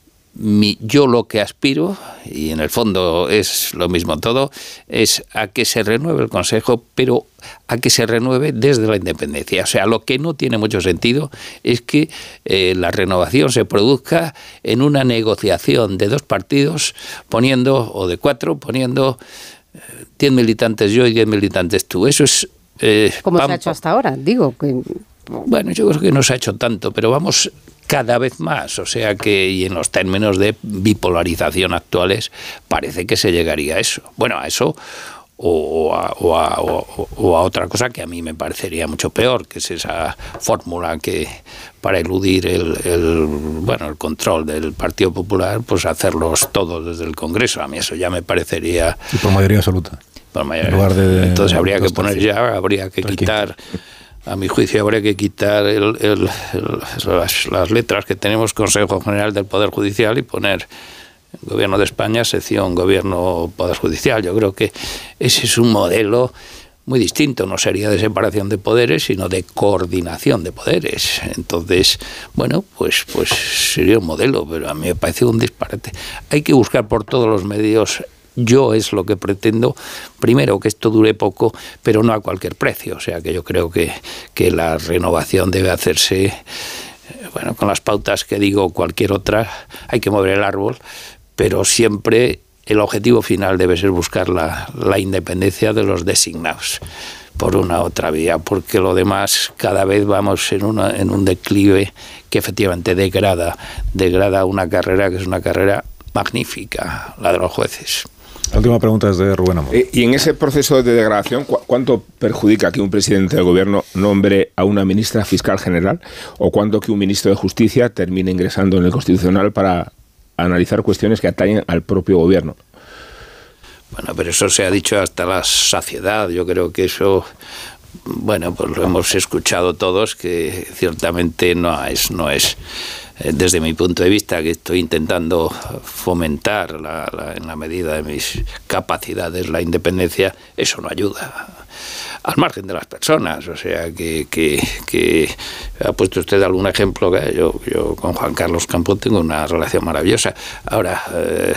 Mi, yo lo que aspiro, y en el fondo es lo mismo todo, es a que se renueve el Consejo, pero a que se renueve desde la independencia. O sea, lo que no tiene mucho sentido es que eh, la renovación se produzca en una negociación de dos partidos, poniendo, o de cuatro, poniendo diez militantes yo y diez militantes tú. Eso es... Eh, Como se ha hecho hasta ahora, digo. que Bueno, yo creo que no se ha hecho tanto, pero vamos cada vez más, o sea que, y en los términos de bipolarización actuales, parece que se llegaría a eso. Bueno, a eso o a, o a, o, o a otra cosa que a mí me parecería mucho peor, que es esa fórmula que para eludir el, el bueno el control del Partido Popular, pues hacerlos todos desde el Congreso. A mí eso ya me parecería... Y por mayoría absoluta. Por mayoría, en lugar de, entonces habría que poner ya, habría que quitar... A mi juicio habría que quitar el, el, el, las, las letras que tenemos Consejo General del Poder Judicial y poner Gobierno de España, sección Gobierno Poder Judicial. Yo creo que ese es un modelo muy distinto, no sería de separación de poderes, sino de coordinación de poderes. Entonces, bueno, pues, pues sería un modelo, pero a mí me parece un disparate. Hay que buscar por todos los medios. Yo es lo que pretendo, primero que esto dure poco, pero no a cualquier precio. O sea que yo creo que, que la renovación debe hacerse, bueno, con las pautas que digo cualquier otra, hay que mover el árbol, pero siempre el objetivo final debe ser buscar la, la independencia de los designados por una otra vía, porque lo demás cada vez vamos en, una, en un declive que efectivamente degrada, degrada una carrera que es una carrera magnífica, la de los jueces. La última pregunta es de Rubén Amor. Eh, y en ese proceso de degradación, ¿cu ¿cuánto perjudica que un presidente del gobierno nombre a una ministra fiscal general o cuánto que un ministro de Justicia termine ingresando en el Constitucional para analizar cuestiones que atañen al propio gobierno? Bueno, pero eso se ha dicho hasta la saciedad. Yo creo que eso, bueno, pues lo hemos escuchado todos, que ciertamente no es, no es desde mi punto de vista, que estoy intentando fomentar la, la, en la medida de mis capacidades la independencia, eso no ayuda al margen de las personas. O sea, que, que, que ha puesto usted algún ejemplo, que yo, yo con Juan Carlos Campo tengo una relación maravillosa. Ahora, eh,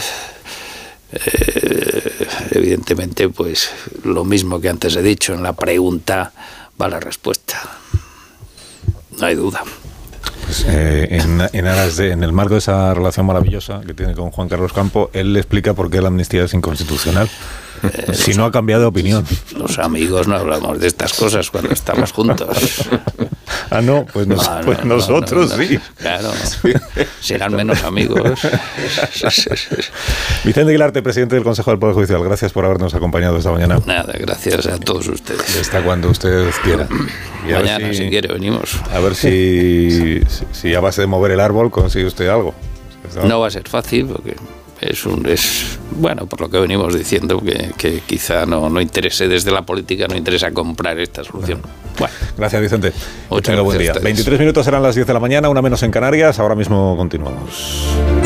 eh, evidentemente, pues lo mismo que antes he dicho, en la pregunta va la respuesta, no hay duda. Pues, eh, en, en, aras de, en el marco de esa relación maravillosa que tiene con Juan Carlos Campo, él le explica por qué la amnistía es inconstitucional. Eh, si no ha cambiado de opinión. Los amigos no hablamos de estas cosas cuando estamos juntos. Ah, no, pues, nos, ah, no, pues no, nosotros no, no, no, sí. Claro, serán menos amigos. Vicente Guilarte, presidente del Consejo del Poder Judicial, gracias por habernos acompañado esta mañana. Nada, gracias a todos ustedes. Hasta cuando ustedes quieran. Y mañana, si, si quiere, venimos. A ver si, si, si a base de mover el árbol consigue usted algo. No va a ser fácil, porque es un es bueno, por lo que venimos diciendo, que, que quizá no, no interese desde la política, no interesa comprar esta solución. Bueno, gracias, Vicente. Que tenga buen día. veintitrés minutos serán las diez de la mañana, una menos en Canarias. Ahora mismo continuamos.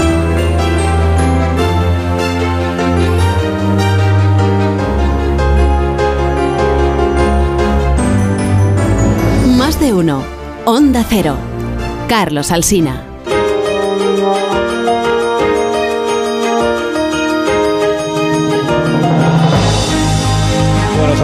Más de uno. Onda Cero. Carlos Alsina.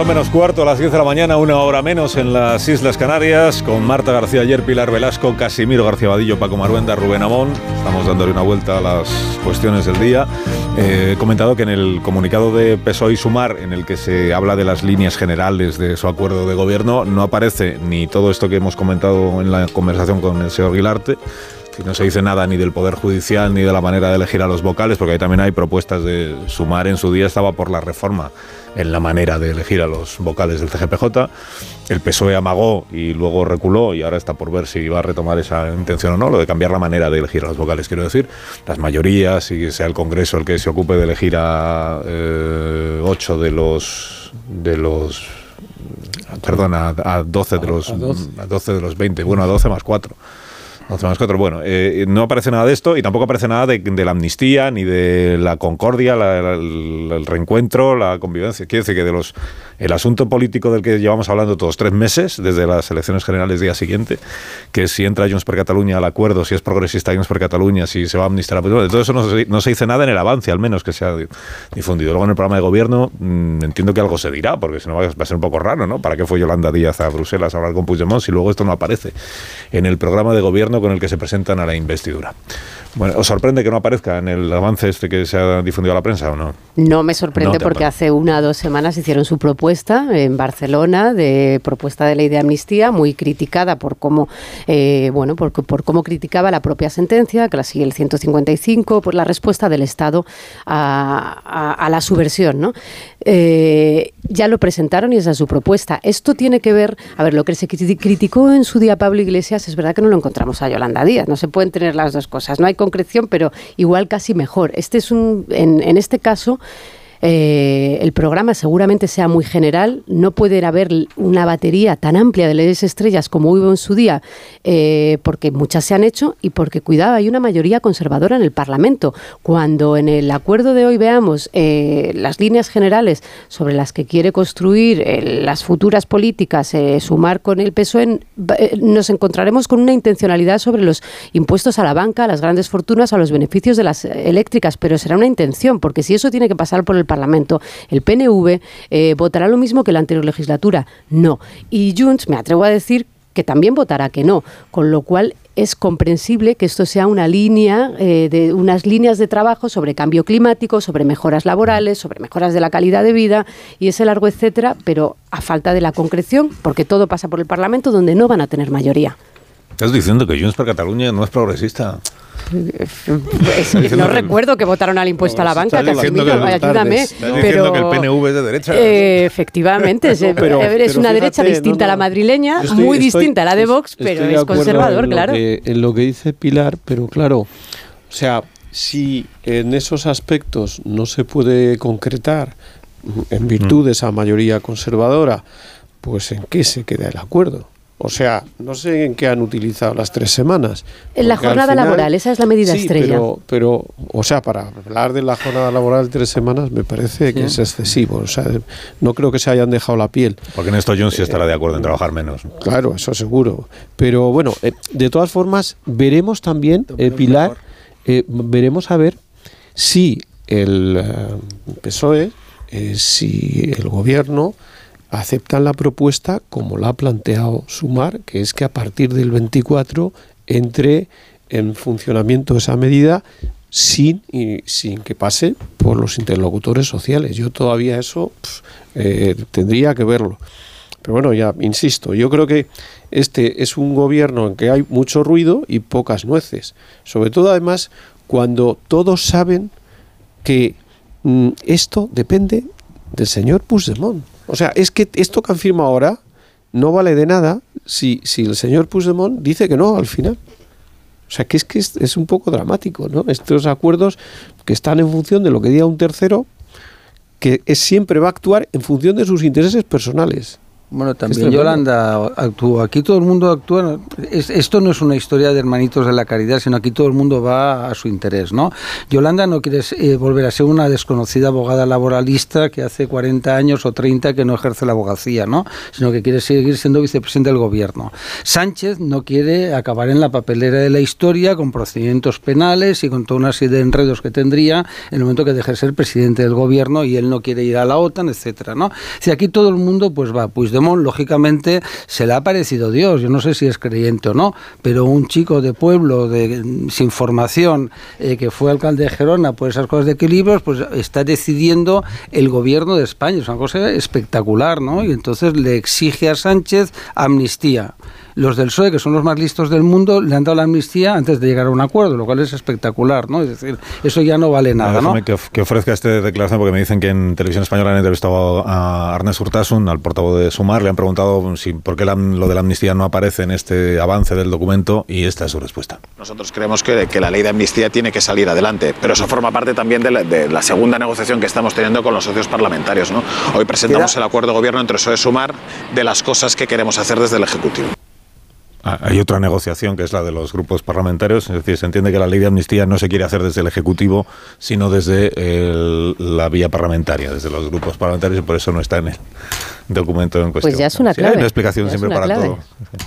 son menos cuarto, a las diez de la mañana, una hora menos en las Islas Canarias, con Marta García Ayer, Pilar Velasco, Casimiro García Vadillo, Paco Maruenda, Rubén Amón. Estamos dándole una vuelta a las cuestiones del día. Eh, he comentado que en el comunicado de P S O E y Sumar, en el que se habla de las líneas generales de su acuerdo de gobierno, no aparece ni todo esto que hemos comentado en la conversación con el señor Guilarte. Y no se dice nada ni del Poder Judicial ni de la manera de elegir a los vocales, porque ahí también hay propuestas de Sumar. En su día estaba por la reforma en la manera de elegir a los vocales del C G P J. El P S O E amagó y luego reculó, y ahora está por ver si va a retomar esa intención o no, lo de cambiar la manera de elegir a los vocales, quiero decir, las mayorías, y sea el Congreso el que se ocupe de elegir a eh, ocho de los de los perdón, a, a doce de los a doce de los veinte, bueno, a doce más cuatro. once más cuatro. Bueno, eh, no aparece nada de esto y tampoco aparece nada de, de la amnistía, ni de la concordia, la, la, el, el reencuentro, la convivencia. Quiere decir que de los el asunto político del que llevamos hablando todos tres meses, desde las elecciones generales día siguiente, que si entra Junts per Catalunya al acuerdo, si es progresista Junts per Catalunya, si se va a amnistiar, de todo eso no se, no se dice nada en el avance, al menos que se ha difundido. Luego en el programa de gobierno mmm, entiendo que algo se dirá, porque si no va a ser un poco raro, ¿no? ¿Para qué fue Yolanda Díaz a Bruselas a hablar con Puigdemont si luego esto no aparece en el programa de gobierno con el que se presentan a la investidura? Bueno, ¿os sorprende que no aparezca en el avance este que se ha difundido a la prensa o no? No me sorprende, no, porque hace una o dos semanas hicieron su propuesta en Barcelona, de propuesta de ley de amnistía, muy criticada por cómo, eh, bueno, por, por cómo criticaba la propia sentencia, que la sigue el ciento cincuenta y cinco, por la respuesta del Estado a, a, a la subversión, ¿no? Eh, ya lo presentaron y esa es su propuesta. Esto tiene que ver, a ver, lo que se criticó en su día Pablo Iglesias, es verdad que no lo encontramos a Yolanda Díaz, no se pueden tener las dos cosas, no hay concreción, pero igual casi mejor. Este es un, en, en este caso, Eh, el programa seguramente sea muy general, no puede haber una batería tan amplia de leyes estrellas como hubo en su día, eh, porque muchas se han hecho y porque, cuidado, hay una mayoría conservadora en el Parlamento. Cuando en el acuerdo de hoy veamos eh, las líneas generales sobre las que quiere construir eh, las futuras políticas, eh, Sumar con el P S O E, eh, nos encontraremos con una intencionalidad sobre los impuestos a la banca, a las grandes fortunas, a los beneficios de las eléctricas, pero será una intención, porque si eso tiene que pasar por el Parlamento, el P N V eh, votará lo mismo que la anterior legislatura, no. Y Junts, me atrevo a decir que también votará que no, con lo cual es comprensible que esto sea una línea, eh, de unas líneas de trabajo sobre cambio climático, sobre mejoras laborales, sobre mejoras de la calidad de vida y ese largo etcétera, pero a falta de la concreción, porque todo pasa por el Parlamento, donde no van a tener mayoría. ¿Estás diciendo que Junts per Catalunya no es progresista? Pues, no recuerdo que votaron al impuesto no, a la banca, Casimiro, que ayúdame. Estás diciendo que el P N V es de derecha. Eh, efectivamente, es, no, pero, es pero una fíjate, derecha distinta no, no, a la madrileña, estoy, muy estoy, distinta a la de Vox, pero es conservador, en claro. Que, en lo que dice Pilar, pero claro, o sea, si en esos aspectos no se puede concretar en virtud de esa mayoría conservadora, pues ¿en qué se queda el acuerdo? O sea, no sé en qué han utilizado las tres semanas. En la jornada final, laboral, esa es la medida sí, estrella. Pero, pero, o sea, para hablar de la jornada laboral de tres semanas me parece sí. que es excesivo. O sea, no creo que se hayan dejado la piel. Porque en esto Junts sí estará de acuerdo en trabajar menos. Claro, eso seguro. Pero bueno, eh, de todas formas, veremos también, eh, Pilar, eh, veremos a ver si el eh, P S O E, eh, si el gobierno aceptan la propuesta como la ha planteado Sumar, que es que a partir del veinticuatro entre en funcionamiento esa medida sin, y, sin que pase por los interlocutores sociales. Yo todavía eso pff, eh, tendría que verlo. Pero bueno, ya insisto, yo creo que este es un gobierno en que hay mucho ruido y pocas nueces. Sobre todo, además, cuando todos saben que mm, esto depende del señor Puigdemont. O sea, es que esto que han firmado ahora no vale de nada si, si el señor Puigdemont dice que no al final. O sea, que es que es, es un poco dramático, ¿no? Estos acuerdos que están en función de lo que diga un tercero, que es, siempre va a actuar en función de sus intereses personales. Bueno, también Yolanda actuó. Aquí todo el mundo actúa. Es, esto no es una historia de hermanitos de la caridad, sino aquí todo el mundo va a su interés, ¿no? Yolanda no quiere eh, volver a ser una desconocida abogada laboralista que hace cuarenta años o treinta que no ejerce la abogacía, ¿no? Sino que quiere seguir siendo vicepresidente del gobierno. Sánchez no quiere acabar en la papelera de la historia con procedimientos penales y con toda una serie de enredos que tendría en el momento que deje de ser presidente del gobierno, y él no quiere ir a la OTAN, etcétera, ¿no? Si aquí todo el mundo pues va, pues lógicamente se le ha parecido Dios, yo no sé si es creyente o no, pero un chico de pueblo de, sin formación eh, que fue alcalde de Gerona por esas cosas de equilibrios, pues está decidiendo el gobierno de España, es una cosa espectacular, ¿no? Y entonces le exige a Sánchez amnistía. Los del P S O E, que son los más listos del mundo, le han dado la amnistía antes de llegar a un acuerdo, lo cual es espectacular, ¿no? Es decir, eso ya no vale nada, ¿no? Que, que ofrezca esta declaración, porque me dicen que en Televisión Española han entrevistado a Ernest Urtasun, al portavoz de Sumar, le han preguntado si por qué la, lo de la amnistía no aparece en este avance del documento, y esta es su respuesta. Nosotros creemos que, que la ley de amnistía tiene que salir adelante, pero eso forma parte también de la, de la segunda negociación que estamos teniendo con los socios parlamentarios, ¿no? Hoy presentamos el acuerdo de gobierno entre P S O E y Sumar de las cosas que queremos hacer desde el Ejecutivo. Hay otra negociación que es la de los grupos parlamentarios, es decir, se entiende que la ley de amnistía no se quiere hacer desde el Ejecutivo, sino desde el, la vía parlamentaria, desde los grupos parlamentarios, y por eso no está en el documento en cuestión. Pues ya es una clave. Sí, hay una explicación siempre para clave. todo.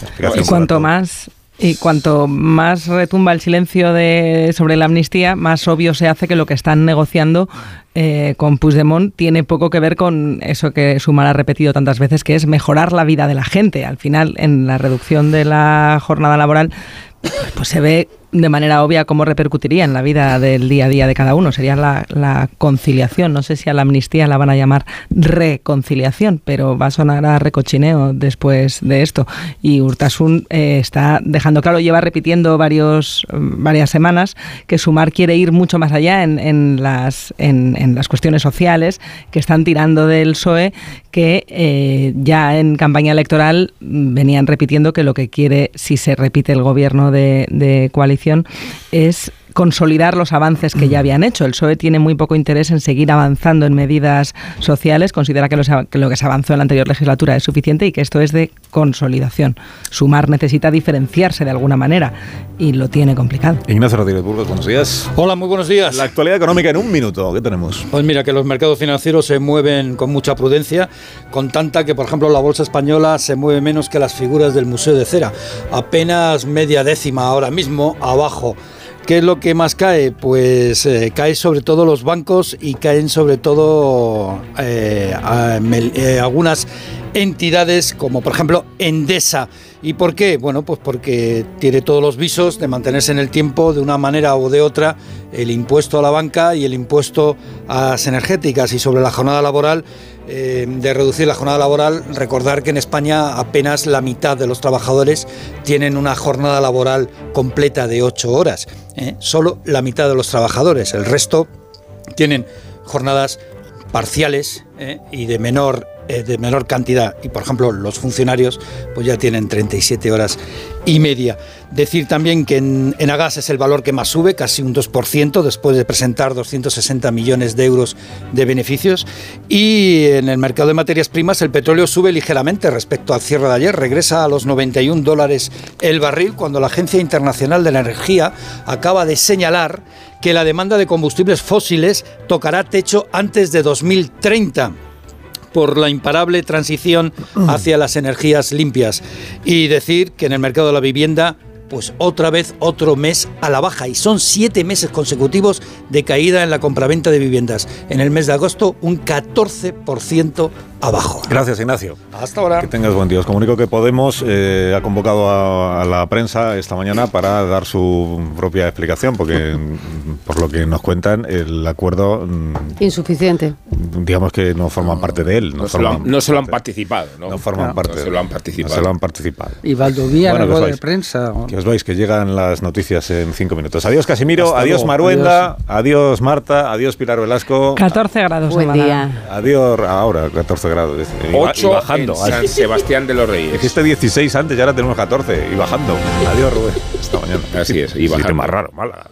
Y cuanto más... Y cuanto más retumba el silencio de, sobre la amnistía, más obvio se hace que lo que están negociando eh, con Puigdemont tiene poco que ver con eso que Sumar ha repetido tantas veces, que es mejorar la vida de la gente. Al final, en la reducción de la jornada laboral, pues se ve de manera obvia cómo repercutiría en la vida del día a día de cada uno. Sería la, la conciliación. No sé si a la amnistía la van a llamar reconciliación, pero va a sonar a recochineo después de esto. Y Urtasun eh, está dejando claro, lleva repitiendo varios, varias semanas, que Sumar quiere ir mucho más allá en, en, las, en, en las cuestiones sociales que están tirando del P S O E, que eh, ya en campaña electoral venían repitiendo que lo que quiere, si se repite el gobierno de, de coalición, es consolidar los avances que ya habían hecho. El P S O E tiene muy poco interés en seguir avanzando en medidas sociales, considera que, los, que lo que se avanzó en la anterior legislatura es suficiente y que esto es de consolidación. Sumar necesita diferenciarse de alguna manera y lo tiene complicado. Ignacio Rodríguez Burgos, buenos días. Hola, muy buenos días. La actualidad económica en un minuto, ¿qué tenemos? Pues mira, que los mercados financieros se mueven con mucha prudencia, con tanta que, por ejemplo, la bolsa española se mueve menos que las figuras del Museo de Cera, apenas media décima ahora mismo abajo. ¿Qué es lo que más cae? Pues eh, cae sobre todo los bancos y caen sobre todo eh, a, eh, algunas entidades como por ejemplo Endesa. ¿Y por qué? Bueno, pues porque tiene todos los visos de mantenerse en el tiempo de una manera o de otra el impuesto a la banca y el impuesto a las energéticas. Y sobre la jornada laboral, eh, de reducir la jornada laboral, recordar que en España apenas la mitad de los trabajadores tienen una jornada laboral completa de ocho horas. ¿eh? Solo la mitad de los trabajadores, el resto tienen jornadas parciales ¿eh? y de menor eh, de menor cantidad, y por ejemplo los funcionarios pues ya tienen treinta y siete horas y media. Decir también que en, en Agas es el valor que más sube, casi un dos por ciento, después de presentar doscientos sesenta millones de euros de beneficios, y en el mercado de materias primas el petróleo sube ligeramente respecto al cierre de ayer, regresa a los noventa y un dólares el barril, cuando la Agencia Internacional de la Energía acaba de señalar que la demanda de combustibles fósiles tocará techo antes de dos mil treinta. Por la imparable transición hacia las energías limpias. Y decir que en el mercado de la vivienda, pues otra vez otro mes a la baja, y son siete meses consecutivos de caída en la compraventa de viviendas. En el mes de agosto un catorce por ciento abajo. Gracias, Ignacio. Hasta ahora. Que tengas buen día. Os comunico que Podemos eh, ha convocado a, a la prensa esta mañana para dar su propia explicación, porque por lo que nos cuentan el acuerdo insuficiente. Digamos que no forman parte de él. No, no, se, lo han, no se lo han participado. No, no forman no, parte. No se lo han participado. No se lo han participado. Y Valdovía, bueno, algo de prensa. Que os vais, que llegan las noticias en cinco minutos. Adiós, Casimiro. Hasta adiós, luego. Maruenda. Adiós. adiós, Marta. Adiós, Pilar Velasco. catorce grados. Buen día. Adiós, ahora catorce grados. ocho y bajando. en San Sebastián de los Reyes. Dijiste dieciséis antes y ahora tenemos catorce y bajando. Adiós, Rubén. Hasta mañana. Así es. Y bajando. bajando. Más raro, Málaga.